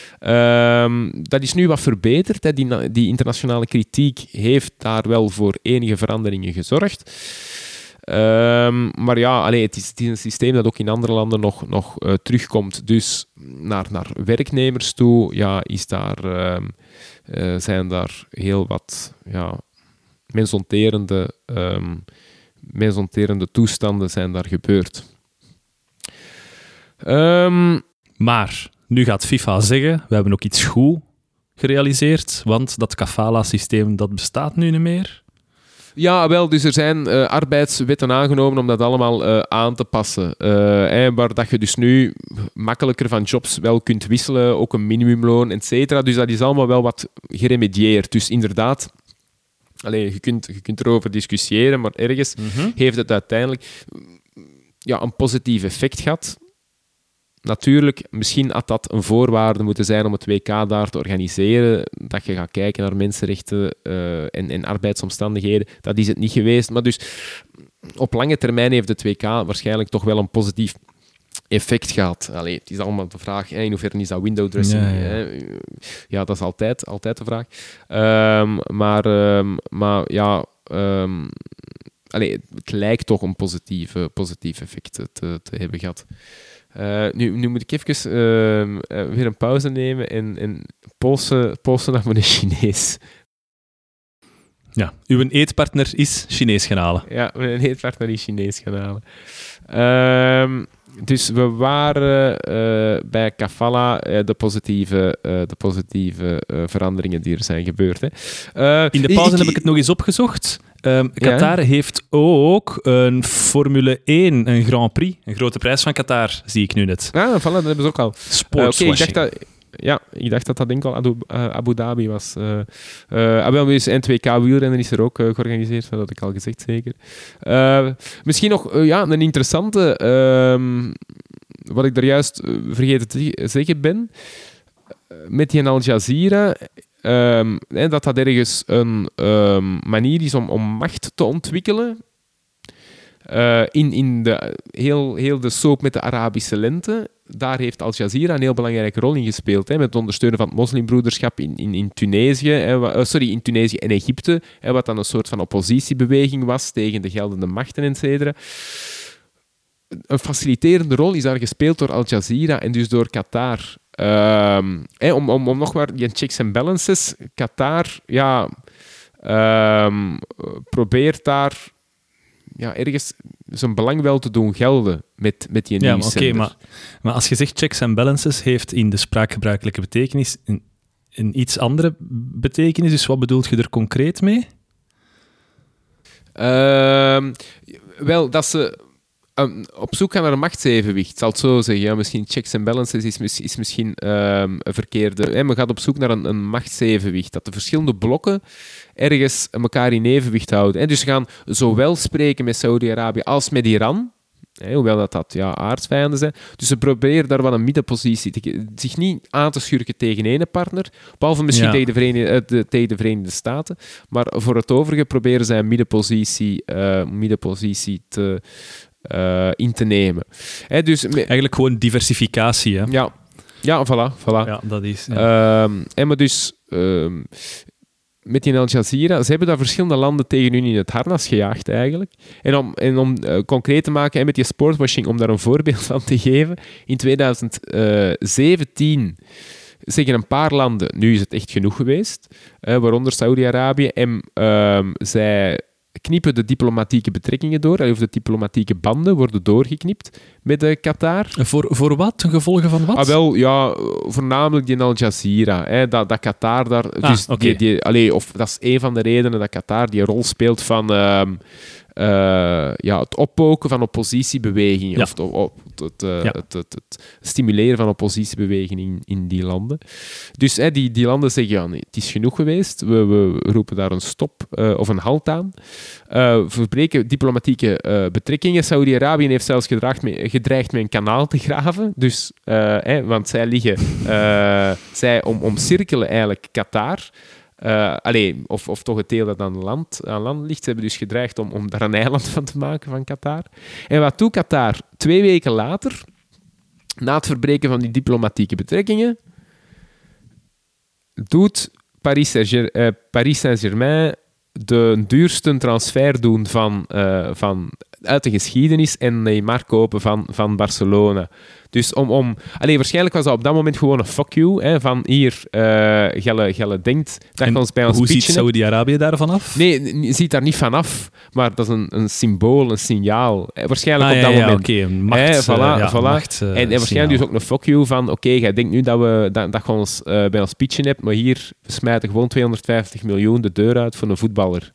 Speaker 2: Um, dat is nu wat verbeterd. Hè. Die, die internationale kritiek heeft daar wel voor enige veranderingen gezorgd. Um, maar ja, allee, het, is, het is een systeem dat ook in andere landen nog, nog uh, terugkomt. Dus naar, naar werknemers toe ja, is daar, uh, uh, zijn daar heel wat ja, mensonterende, um, mensonterende toestanden zijn daar gebeurd. Um,
Speaker 1: maar nu gaat FIFA zeggen, we hebben ook iets goed gerealiseerd, want dat kafala-systeem dat bestaat nu niet meer.
Speaker 2: Ja, wel, dus er zijn uh, arbeidswetten aangenomen om dat allemaal uh, aan te passen. Uh, eh, waar dat je dus nu makkelijker van jobs wel kunt wisselen, ook een minimumloon, et cetera. Dus dat is allemaal wel wat geremedieerd. Dus inderdaad, allez, je, kunt, je kunt erover discussiëren, maar ergens mm-hmm. heeft het uiteindelijk ja, een positief effect gehad. Natuurlijk, misschien had dat een voorwaarde moeten zijn om het W K daar te organiseren, dat je gaat kijken naar mensenrechten uh, en, en arbeidsomstandigheden. Dat is het niet geweest. Maar dus op lange termijn heeft het W K waarschijnlijk toch wel een positief effect gehad. Allee, het is allemaal de vraag, hè, in hoeverre is dat window dressing? Ja, ja. Hè? Ja, dat is altijd, altijd de vraag. Um, maar, um, maar ja... Um, allee, het lijkt toch een positief, positief effect te, te hebben gehad. Uh, nu, nu moet ik even uh, uh, weer een pauze nemen en, en polsen, polsen naar mijn Chinees.
Speaker 1: Ja, uw eetpartner is Chinees gaan halen.
Speaker 2: Ja, mijn eetpartner is Chinees gaan halen. Uh, dus we waren uh, bij Kafala uh, de positieve, uh, de positieve uh, veranderingen die er zijn gebeurd. Hè. Uh,
Speaker 1: In de pauze
Speaker 2: ik,
Speaker 1: heb ik het nog eens opgezocht. Um, Qatar ja? heeft ook een Formule één, een Grand Prix, een grote prijs van Qatar, zie ik nu net.
Speaker 2: Ja, voilà, dat hebben ze ook al.
Speaker 1: Sportswashing.
Speaker 2: Uh, okay, ik dacht dat... Ja, ik dacht dat dat denk ik al Abu, uh, Abu Dhabi was. Uh, uh, wel, dus N twee K wielrennen is er ook uh, georganiseerd, dat had ik al gezegd, zeker. Uh, misschien nog uh, ja, een interessante, uh, wat ik daar juist uh, vergeten te zeggen ben, uh, met die Al Jazeera, um, hè, dat dat ergens een um, manier is om, om macht te ontwikkelen. Uh, in in de, heel, heel de soap met de Arabische lente, daar heeft Al Jazeera een heel belangrijke rol in gespeeld. Hè, met het ondersteunen van het moslimbroederschap in, in, in Tunesië, hè, uh, sorry, in Tunesië en Egypte, hè, wat dan een soort van oppositiebeweging was tegen de geldende machten, et cetera. Een faciliterende rol is daar gespeeld door Al Jazeera en dus door Qatar. Um, hey, om, om, om nog maar die checks en balances. Qatar, ja, um, probeert daar ja, ergens zijn belang wel te doen gelden met, met die
Speaker 1: ja,
Speaker 2: nieuwszender.
Speaker 1: Oké, okay, maar, maar als je zegt checks en balances, heeft in de spraakgebruikelijke betekenis een, een iets andere betekenis. Dus wat bedoelt je er concreet mee?
Speaker 2: Uh, wel, dat ze um, op zoek gaan naar een machtsevenwicht, zal het zo zeggen. Ja, misschien checks en balances is, mis, is misschien um, een verkeerde... Hè, men gaat op zoek naar een, een machtsevenwicht. Dat de verschillende blokken ergens elkaar in evenwicht houden. Hè. Dus ze gaan zowel spreken met Saudi-Arabië als met Iran... Hey, hoewel dat, dat ja, aardsvijanden zijn. Dus ze proberen daar wel een middenpositie te zich niet aan te schurken tegen één partner, behalve misschien ja. tegen, de Verenigde, de, tegen de Verenigde Staten. Maar voor het overige proberen zij een middenpositie, uh, middenpositie te, uh, in te nemen. Hey, dus,
Speaker 1: Eigenlijk gewoon diversificatie, hè?
Speaker 2: Ja, ja voilà. voilà.
Speaker 1: Ja, dat is... Ja.
Speaker 2: Uh, en maar dus... Uh, met die Al Jazeera, ze hebben daar verschillende landen tegen hun in het harnas gejaagd eigenlijk. En om, en om uh, concreet te maken, en met die sportwashing, om daar een voorbeeld van te geven, in twintig zeventien zeggen een paar landen, nu is het echt genoeg geweest, uh, waaronder Saudi-Arabië, en uh, zij knippen de diplomatieke betrekkingen door, of de diplomatieke banden worden doorgeknipt met uh, Qatar.
Speaker 1: Voor, voor wat? Ten gevolge van wat?
Speaker 2: Ah, wel, ja, voornamelijk die Al Jazeera. Hè, dat, dat Qatar daar...
Speaker 1: Ah,
Speaker 2: dus
Speaker 1: okay.
Speaker 2: die, die, allee, of dat is een van de redenen dat Qatar die rol speelt van uh, uh, ja, het oppoken van oppositiebewegingen. Ja. Of het, op, het, uh, ja. het, het, het stimuleren van oppositiebewegingen in, in die landen. Dus hè, die, die landen zeggen, ja, nee, het is genoeg geweest. We, we roepen daar een stop uh, of een halt aan. Uh, verbreken diplomatieke uh, betrekkingen. Saudi-Arabië heeft zelfs gedreigd met, gedreigd met een kanaal te graven. Dus, uh, hè, want zij liggen... Uh, zij om, omcirkelen eigenlijk Qatar. Uh, allee, of, of toch het deel dat aan land, aan land ligt. Ze hebben dus gedreigd om, om daar een eiland van te maken van Qatar. En wat doet Qatar? Twee weken later, na het verbreken van die diplomatieke betrekkingen, doet Paris Saint-Germain, uh, Paris Saint-Germain de duurste transfer doen van, uh, van, uit de geschiedenis en Neymar kopen van, van Barcelona. Dus om... om allee, waarschijnlijk was dat op dat moment gewoon een fuck you. Hè, van hier, uh, Gelle, Gelle denkt dat
Speaker 1: en
Speaker 2: je ons bij ons
Speaker 1: hoe ziet
Speaker 2: pitchen
Speaker 1: Saudi-Arabië daarvan af?
Speaker 2: Nee, je ziet daar niet van af. Maar dat is een, een symbool, een signaal. Waarschijnlijk ah, op dat
Speaker 1: ja, ja,
Speaker 2: moment.
Speaker 1: Oké, okay, macht.
Speaker 2: Hey, voilà,
Speaker 1: uh, ja,
Speaker 2: voilà.
Speaker 1: macht uh,
Speaker 2: en, en waarschijnlijk dus ook een fuck you van oké, okay, jij denkt nu dat, we, dat, dat je ons uh, bij ons pitchen hebt, maar hier smijten gewoon tweehonderdvijftig miljoen de deur uit voor een voetballer.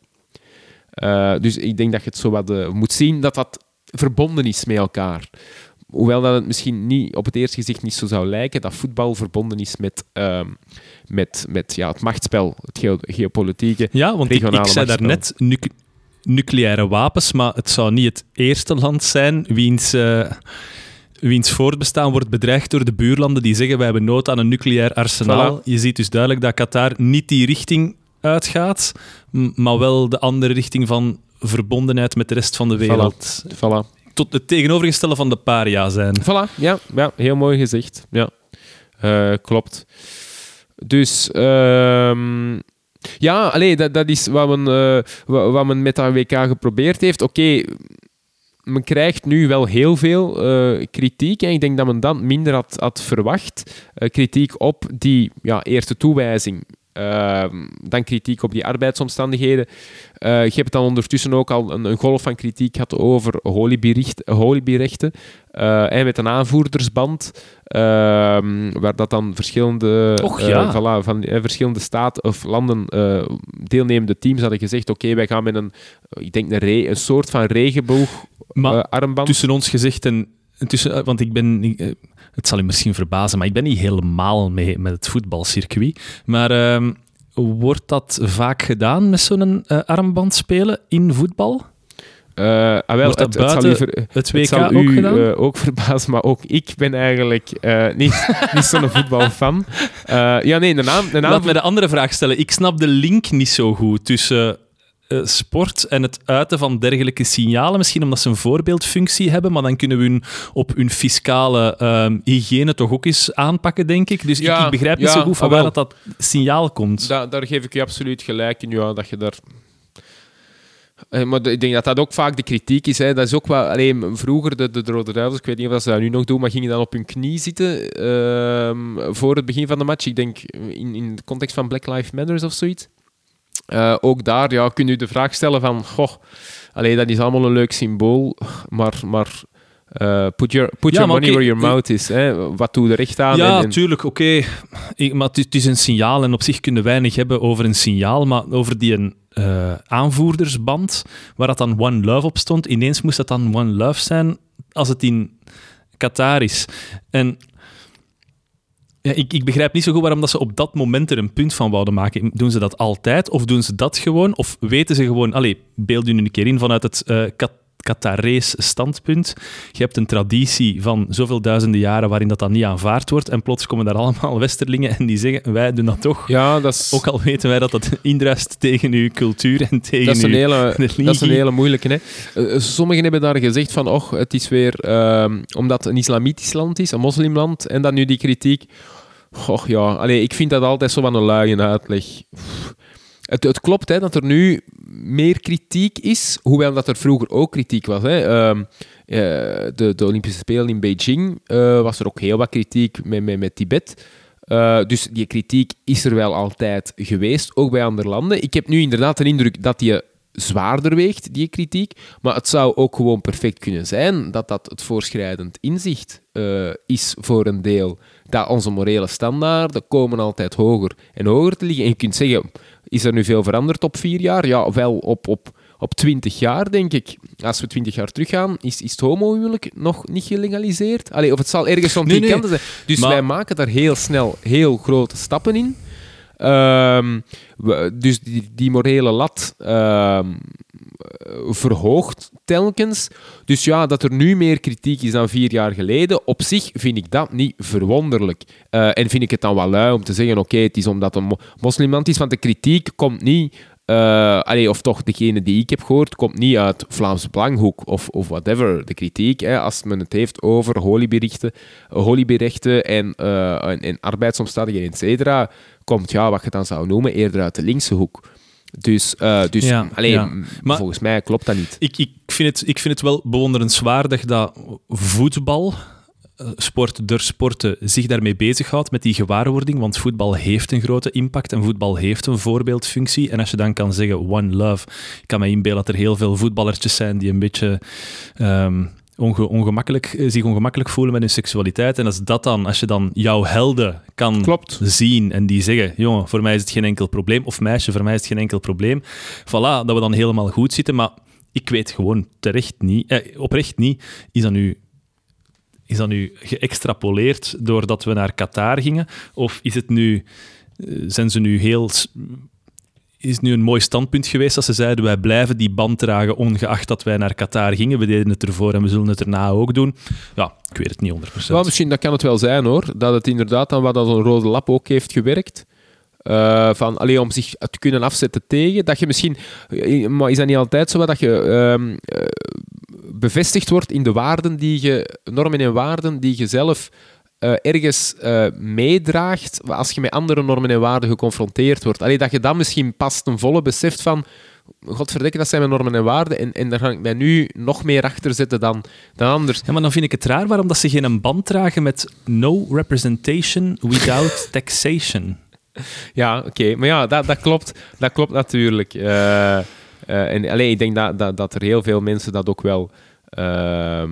Speaker 2: Uh, dus ik denk dat je het zo wat uh, moet zien dat dat verbonden is met elkaar. Hoewel dat het misschien niet op het eerste gezicht niet zo zou lijken, dat voetbal verbonden is met, uh, met, met ja, het machtsspel, het geo- geopolitieke,
Speaker 1: ja, want
Speaker 2: regionale
Speaker 1: ik, ik zei daarnet nu- nucleaire wapens, maar het zou niet het eerste land zijn wiens, uh, wiens voortbestaan wordt bedreigd door de buurlanden die zeggen wij hebben nood aan een nucleair arsenaal. Voilà. Je ziet dus duidelijk dat Qatar niet die richting uitgaat, maar wel de andere richting van verbondenheid met de rest van de wereld.
Speaker 2: Voilà. Voilà.
Speaker 1: Tot het tegenovergestelde van de paria zijn.
Speaker 2: Voilà, ja, ja heel mooi gezegd. Ja. Uh, klopt. Dus, um, ja, allee, dat, dat is wat men, uh, wat men met dat W K geprobeerd heeft. Oké, okay, men krijgt nu wel heel veel uh, kritiek. En ik denk dat men dat minder had, had verwacht. Uh, kritiek op die ja, eerste toewijzing. Uh, dan kritiek op die arbeidsomstandigheden. Uh, je hebt dan ondertussen ook al een, een golf van kritiek gehad over holibi-rechten. Uh, met een aanvoerdersband, uh, waar dat dan verschillende,
Speaker 1: Och, ja.
Speaker 2: uh, voilà, van, uh, verschillende staten of landen, uh, deelnemende teams hadden gezegd, oké, okay, wij gaan met een, ik denk een, re- een soort van regenboog uh, armband.
Speaker 1: Tussen ons gezegd en tussen, want ik ben... Ik, het zal je misschien verbazen, maar ik ben niet helemaal mee met het voetbalcircuit. Maar uh, wordt dat vaak gedaan met zo'n uh, armband spelen in voetbal?
Speaker 2: Uh, ah, wel,
Speaker 1: wordt dat
Speaker 2: het,
Speaker 1: buiten
Speaker 2: het, zal u ver,
Speaker 1: het W K
Speaker 2: het zal
Speaker 1: ook
Speaker 2: u,
Speaker 1: gedaan?
Speaker 2: Uh, ook verbazen, maar ook ik ben eigenlijk uh, niet, niet zo'n voetbalfan. Uh, ja, nee, de naam... De naam
Speaker 1: Laat me de andere vraag stellen. Ik snap de link niet zo goed tussen... Uh, sport en het uiten van dergelijke signalen. Misschien omdat ze een voorbeeldfunctie hebben, maar dan kunnen we hun op hun fiscale um, hygiëne toch ook eens aanpakken, denk ik. Dus ja, ik, ik begrijp niet ja, zo goed van waar dat, dat signaal komt.
Speaker 2: Da, daar geef ik je absoluut gelijk in, ja, dat je daar... Uh, maar de, ik denk dat dat ook vaak de kritiek is. Hè. Dat is ook wel, alleen vroeger, de, de, de Rode Duivels, ik weet niet of ze dat nu nog doen, maar gingen dan op hun knie zitten uh, voor het begin van de match. Ik denk in, in de context van Black Lives Matter of zoiets. Uh, ook daar ja, kun je de vraag stellen van, goh, allee, dat is allemaal een leuk symbool, maar... maar Uh, put your, put
Speaker 1: ja,
Speaker 2: your money
Speaker 1: okay.
Speaker 2: where your mouth is. Hè. Wat doe je er echt aan?
Speaker 1: Ja,
Speaker 2: en, en...
Speaker 1: tuurlijk, oké. Okay. Maar het is een signaal en op zich kunnen we weinig hebben over een signaal, maar over die een uh, aanvoerdersband, waar dat dan One Love op stond, ineens moest dat dan One Love zijn als het in Qatar is. En ja, ik, ik begrijp niet zo goed waarom dat ze op dat moment er een punt van wouden maken. Doen ze dat altijd of doen ze dat gewoon? Of weten ze gewoon... Allee, beeld u nu een keer in vanuit het uh, Qatar Qatarees standpunt. Je hebt een traditie van zoveel duizenden jaren waarin dat dan niet aanvaard wordt en plots komen daar allemaal westerlingen en die zeggen, wij doen dat toch.
Speaker 2: Ja, dat is...
Speaker 1: Ook al weten wij dat dat indruist tegen uw cultuur en tegen
Speaker 2: dat is een
Speaker 1: uw
Speaker 2: hele,
Speaker 1: religie.
Speaker 2: Dat is een hele moeilijke. Hè? Uh, sommigen hebben daar gezegd van, och, het is weer, uh, omdat het een islamitisch land is, een moslimland, en dan nu die kritiek. Och ja, allee, ik vind dat altijd zo van een luie uitleg. Het, het klopt hè, dat er nu meer kritiek is, hoewel dat er vroeger ook kritiek was. Hè. Uh, uh, de, de Olympische Spelen in Beijing uh, was er ook heel wat kritiek met, met, met Tibet. Uh, dus die kritiek is er wel altijd geweest, ook bij andere landen. Ik heb nu inderdaad de indruk dat die zwaarder weegt, die kritiek. Maar het zou ook gewoon perfect kunnen zijn dat dat het voorschrijdend inzicht uh, is voor een deel. Dat onze morele standaarden komen altijd hoger en hoger te liggen. En je kunt zeggen, is er nu veel veranderd op vier jaar? Ja, wel op, op, op twintig jaar, denk ik. Als we twintig jaar teruggaan, is, is het homohuwelijk nog niet gelegaliseerd? Allee, of het zal ergens rond die
Speaker 1: nee, nee.
Speaker 2: kanten zijn. Dus
Speaker 1: maar...
Speaker 2: wij maken daar heel snel heel grote stappen in. Um, we, dus die, die morele lat um, verhoogt telkens. Dus ja, dat er nu meer kritiek is dan vier jaar geleden, op zich vind ik dat niet verwonderlijk. Uh, en vind ik het dan wel lui om te zeggen, oké, okay, het is omdat een mo- moslimland is, want de kritiek komt niet... Uh, allee, of toch, degene die ik heb gehoord, komt niet uit Vlaams Belanghoek of, of whatever. De kritiek, hè, als men het heeft over holiberichten, holiberichten en, uh, en, en arbeidsomstandigheden, et cetera, komt, ja, wat je dan zou noemen, eerder uit de linkse hoek. Dus, uh, dus
Speaker 1: ja,
Speaker 2: allee,
Speaker 1: ja. Maar
Speaker 2: volgens mij klopt dat niet.
Speaker 1: Ik, ik, vind het, ik vind het wel bewonderenswaardig dat voetbal... sport door sporten zich daarmee bezighoudt, met die gewaarwording, want voetbal heeft een grote impact en voetbal heeft een voorbeeldfunctie. En als je dan kan zeggen One Love, ik kan me inbeelden dat er heel veel voetballertjes zijn die een beetje um, onge- ongemakkelijk, zich ongemakkelijk voelen met hun seksualiteit. En als dat dan, als je dan jouw helden kan
Speaker 2: Klopt.
Speaker 1: zien en die zeggen, jongen, voor mij is het geen enkel probleem, of meisje, voor mij is het geen enkel probleem. Voilà, dat we dan helemaal goed zitten, maar ik weet gewoon terecht niet, eh, oprecht niet, is dat nu Is dat nu geëxtrapoleerd doordat we naar Qatar gingen? Of is het nu, zijn ze nu heel... Is het nu een mooi standpunt geweest dat ze zeiden wij blijven die band dragen ongeacht dat wij naar Qatar gingen. We deden het ervoor en we zullen het erna ook doen. Ja, ik weet het niet honderd procent.
Speaker 2: Well, misschien dat kan het wel zijn, hoor. Dat het inderdaad dan wat als een rode lap ook heeft gewerkt. Uh, van, allee, om zich te kunnen afzetten tegen. Dat je misschien... Maar is dat niet altijd zo dat je... Uh, uh, bevestigd wordt in de waarden die je, normen en waarden die je zelf uh, ergens uh, meedraagt als je met andere normen en waarden geconfronteerd wordt. Allee, dat je dan misschien pas ten volle beseft van godverdikke, dat zijn mijn normen en waarden en, en daar ga ik mij nu nog meer achter zetten dan, dan anders.
Speaker 1: Ja, maar dan vind ik het raar waarom dat ze geen band dragen met no representation without taxation.
Speaker 2: Ja, oké. Okay. Maar ja, dat, dat, klopt, dat klopt natuurlijk. Uh, uh, en allee, ik denk dat, dat, dat er heel veel mensen dat ook wel uh,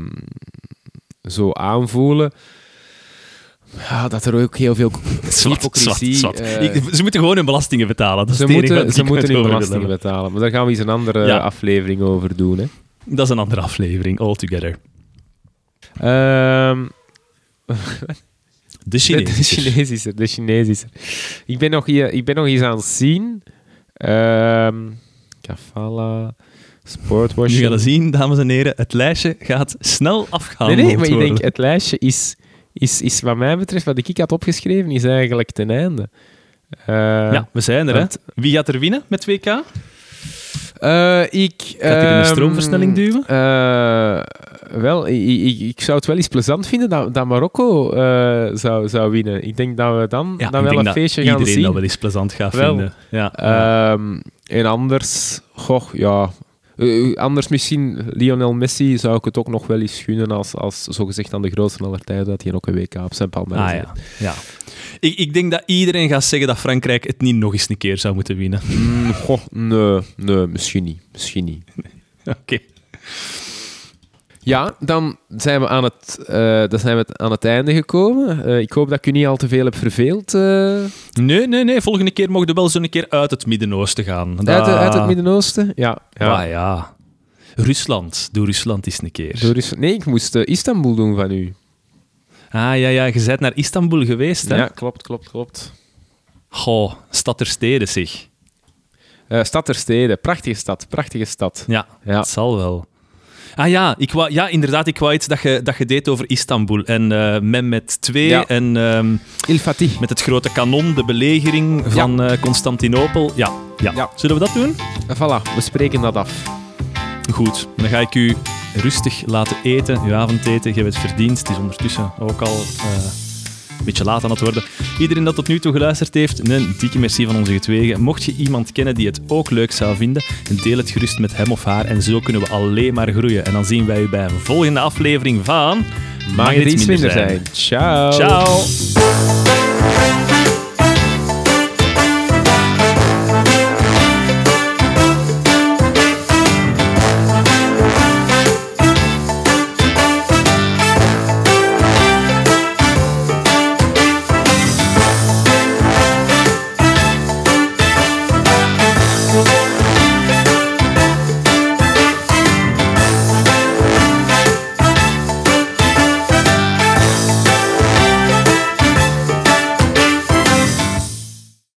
Speaker 2: zo aanvoelen. Ja, dat er ook heel veel hypocrisie...
Speaker 1: Zwart, zwart. Uh, ze moeten gewoon hun belastingen betalen. Dat is
Speaker 2: ze moeten,
Speaker 1: wat
Speaker 2: ze moeten hun belastingen
Speaker 1: hebben.
Speaker 2: betalen. Maar daar gaan we eens een andere ja. aflevering over doen. Hè.
Speaker 1: Dat is een andere aflevering, altogether.
Speaker 2: Um,
Speaker 1: de Chinees.
Speaker 2: De, de Chinees is er. De Chinees is er. Ik ben nog, hier, ik ben nog eens aan het zien. Um, Kafala... Sportwashing.
Speaker 1: Nu gaan we zien, dames en heren, het lijstje gaat snel afgaan.
Speaker 2: Nee, nee, maar ik denk, het lijstje is, is, is wat mij betreft, wat ik had opgeschreven, is eigenlijk ten einde. Uh,
Speaker 1: ja, we zijn er, want, hè. Wie gaat er winnen met W K?
Speaker 2: Uh, ik...
Speaker 1: Gaat hij in de stroomversnelling duwen?
Speaker 2: Uh, wel, ik, ik, ik zou het wel eens plezant vinden dat, dat Marokko uh, zou, zou winnen. Ik denk dat we dan,
Speaker 1: ja,
Speaker 2: dan wel een feestje gaan zien.
Speaker 1: Iedereen dat wel eens plezant gaat
Speaker 2: wel.
Speaker 1: vinden. Ja.
Speaker 2: Um, en anders, goh, ja... Uh, anders misschien, Lionel Messi zou ik het ook nog wel eens gunnen als, als zogezegd aan de grootste aller tijden, dat hij ook een W K op zijn palmarès
Speaker 1: Ah, ja. ja. Ik, ik denk dat iedereen gaat zeggen dat Frankrijk het niet nog eens een keer zou moeten winnen.
Speaker 2: Mm, goh, nee, nee, misschien niet. Misschien niet.
Speaker 1: Oké. Okay.
Speaker 2: Ja, dan zijn we aan het, uh, dan zijn we aan het einde gekomen. Uh, ik hoop dat ik u niet al te veel heb verveeld. Uh...
Speaker 1: Nee, nee, nee. Volgende keer mogen we wel zo'n keer uit het Midden-Oosten gaan. Dat...
Speaker 2: Uit, uit het Midden-Oosten? Ja. ja.
Speaker 1: Ah, ja. Rusland. Doe Rusland eens een keer.
Speaker 2: Door Rus... Nee, ik moest uh, Istanbul doen van u.
Speaker 1: Ah, ja, ja. Je bent naar Istanbul geweest, hè?
Speaker 2: Ja, klopt, klopt, klopt.
Speaker 1: Goh, stad ter stede, zeg.
Speaker 2: Uh, stad ter stede. Prachtige stad, prachtige stad.
Speaker 1: Ja,
Speaker 2: ja.
Speaker 1: Het zal wel. Ah ja, ik wou, ja, inderdaad, ik wou iets dat je, dat je deed over Istanbul. En uh, Mehmet twee
Speaker 2: ja.
Speaker 1: en um,
Speaker 2: Il Fatih.
Speaker 1: Met het grote kanon, de belegering van ja. uh, Constantinopel. Ja, ja. ja. Zullen we dat doen?
Speaker 2: Voilà, we spreken dat af.
Speaker 1: Goed, dan ga ik u rustig laten eten, uw avondeten. Je hebt het verdiend. Het is ondertussen ook al uh, een beetje laat aan het worden. Iedereen dat tot nu toe geluisterd heeft, een dikke merci van onze getwegen. Mocht je iemand kennen die het ook leuk zou vinden, deel het gerust met hem of haar. En zo kunnen we alleen maar groeien. En dan zien wij u bij een volgende aflevering van...
Speaker 2: Mag het iets minder zijn. zijn. Ciao.
Speaker 1: Ciao.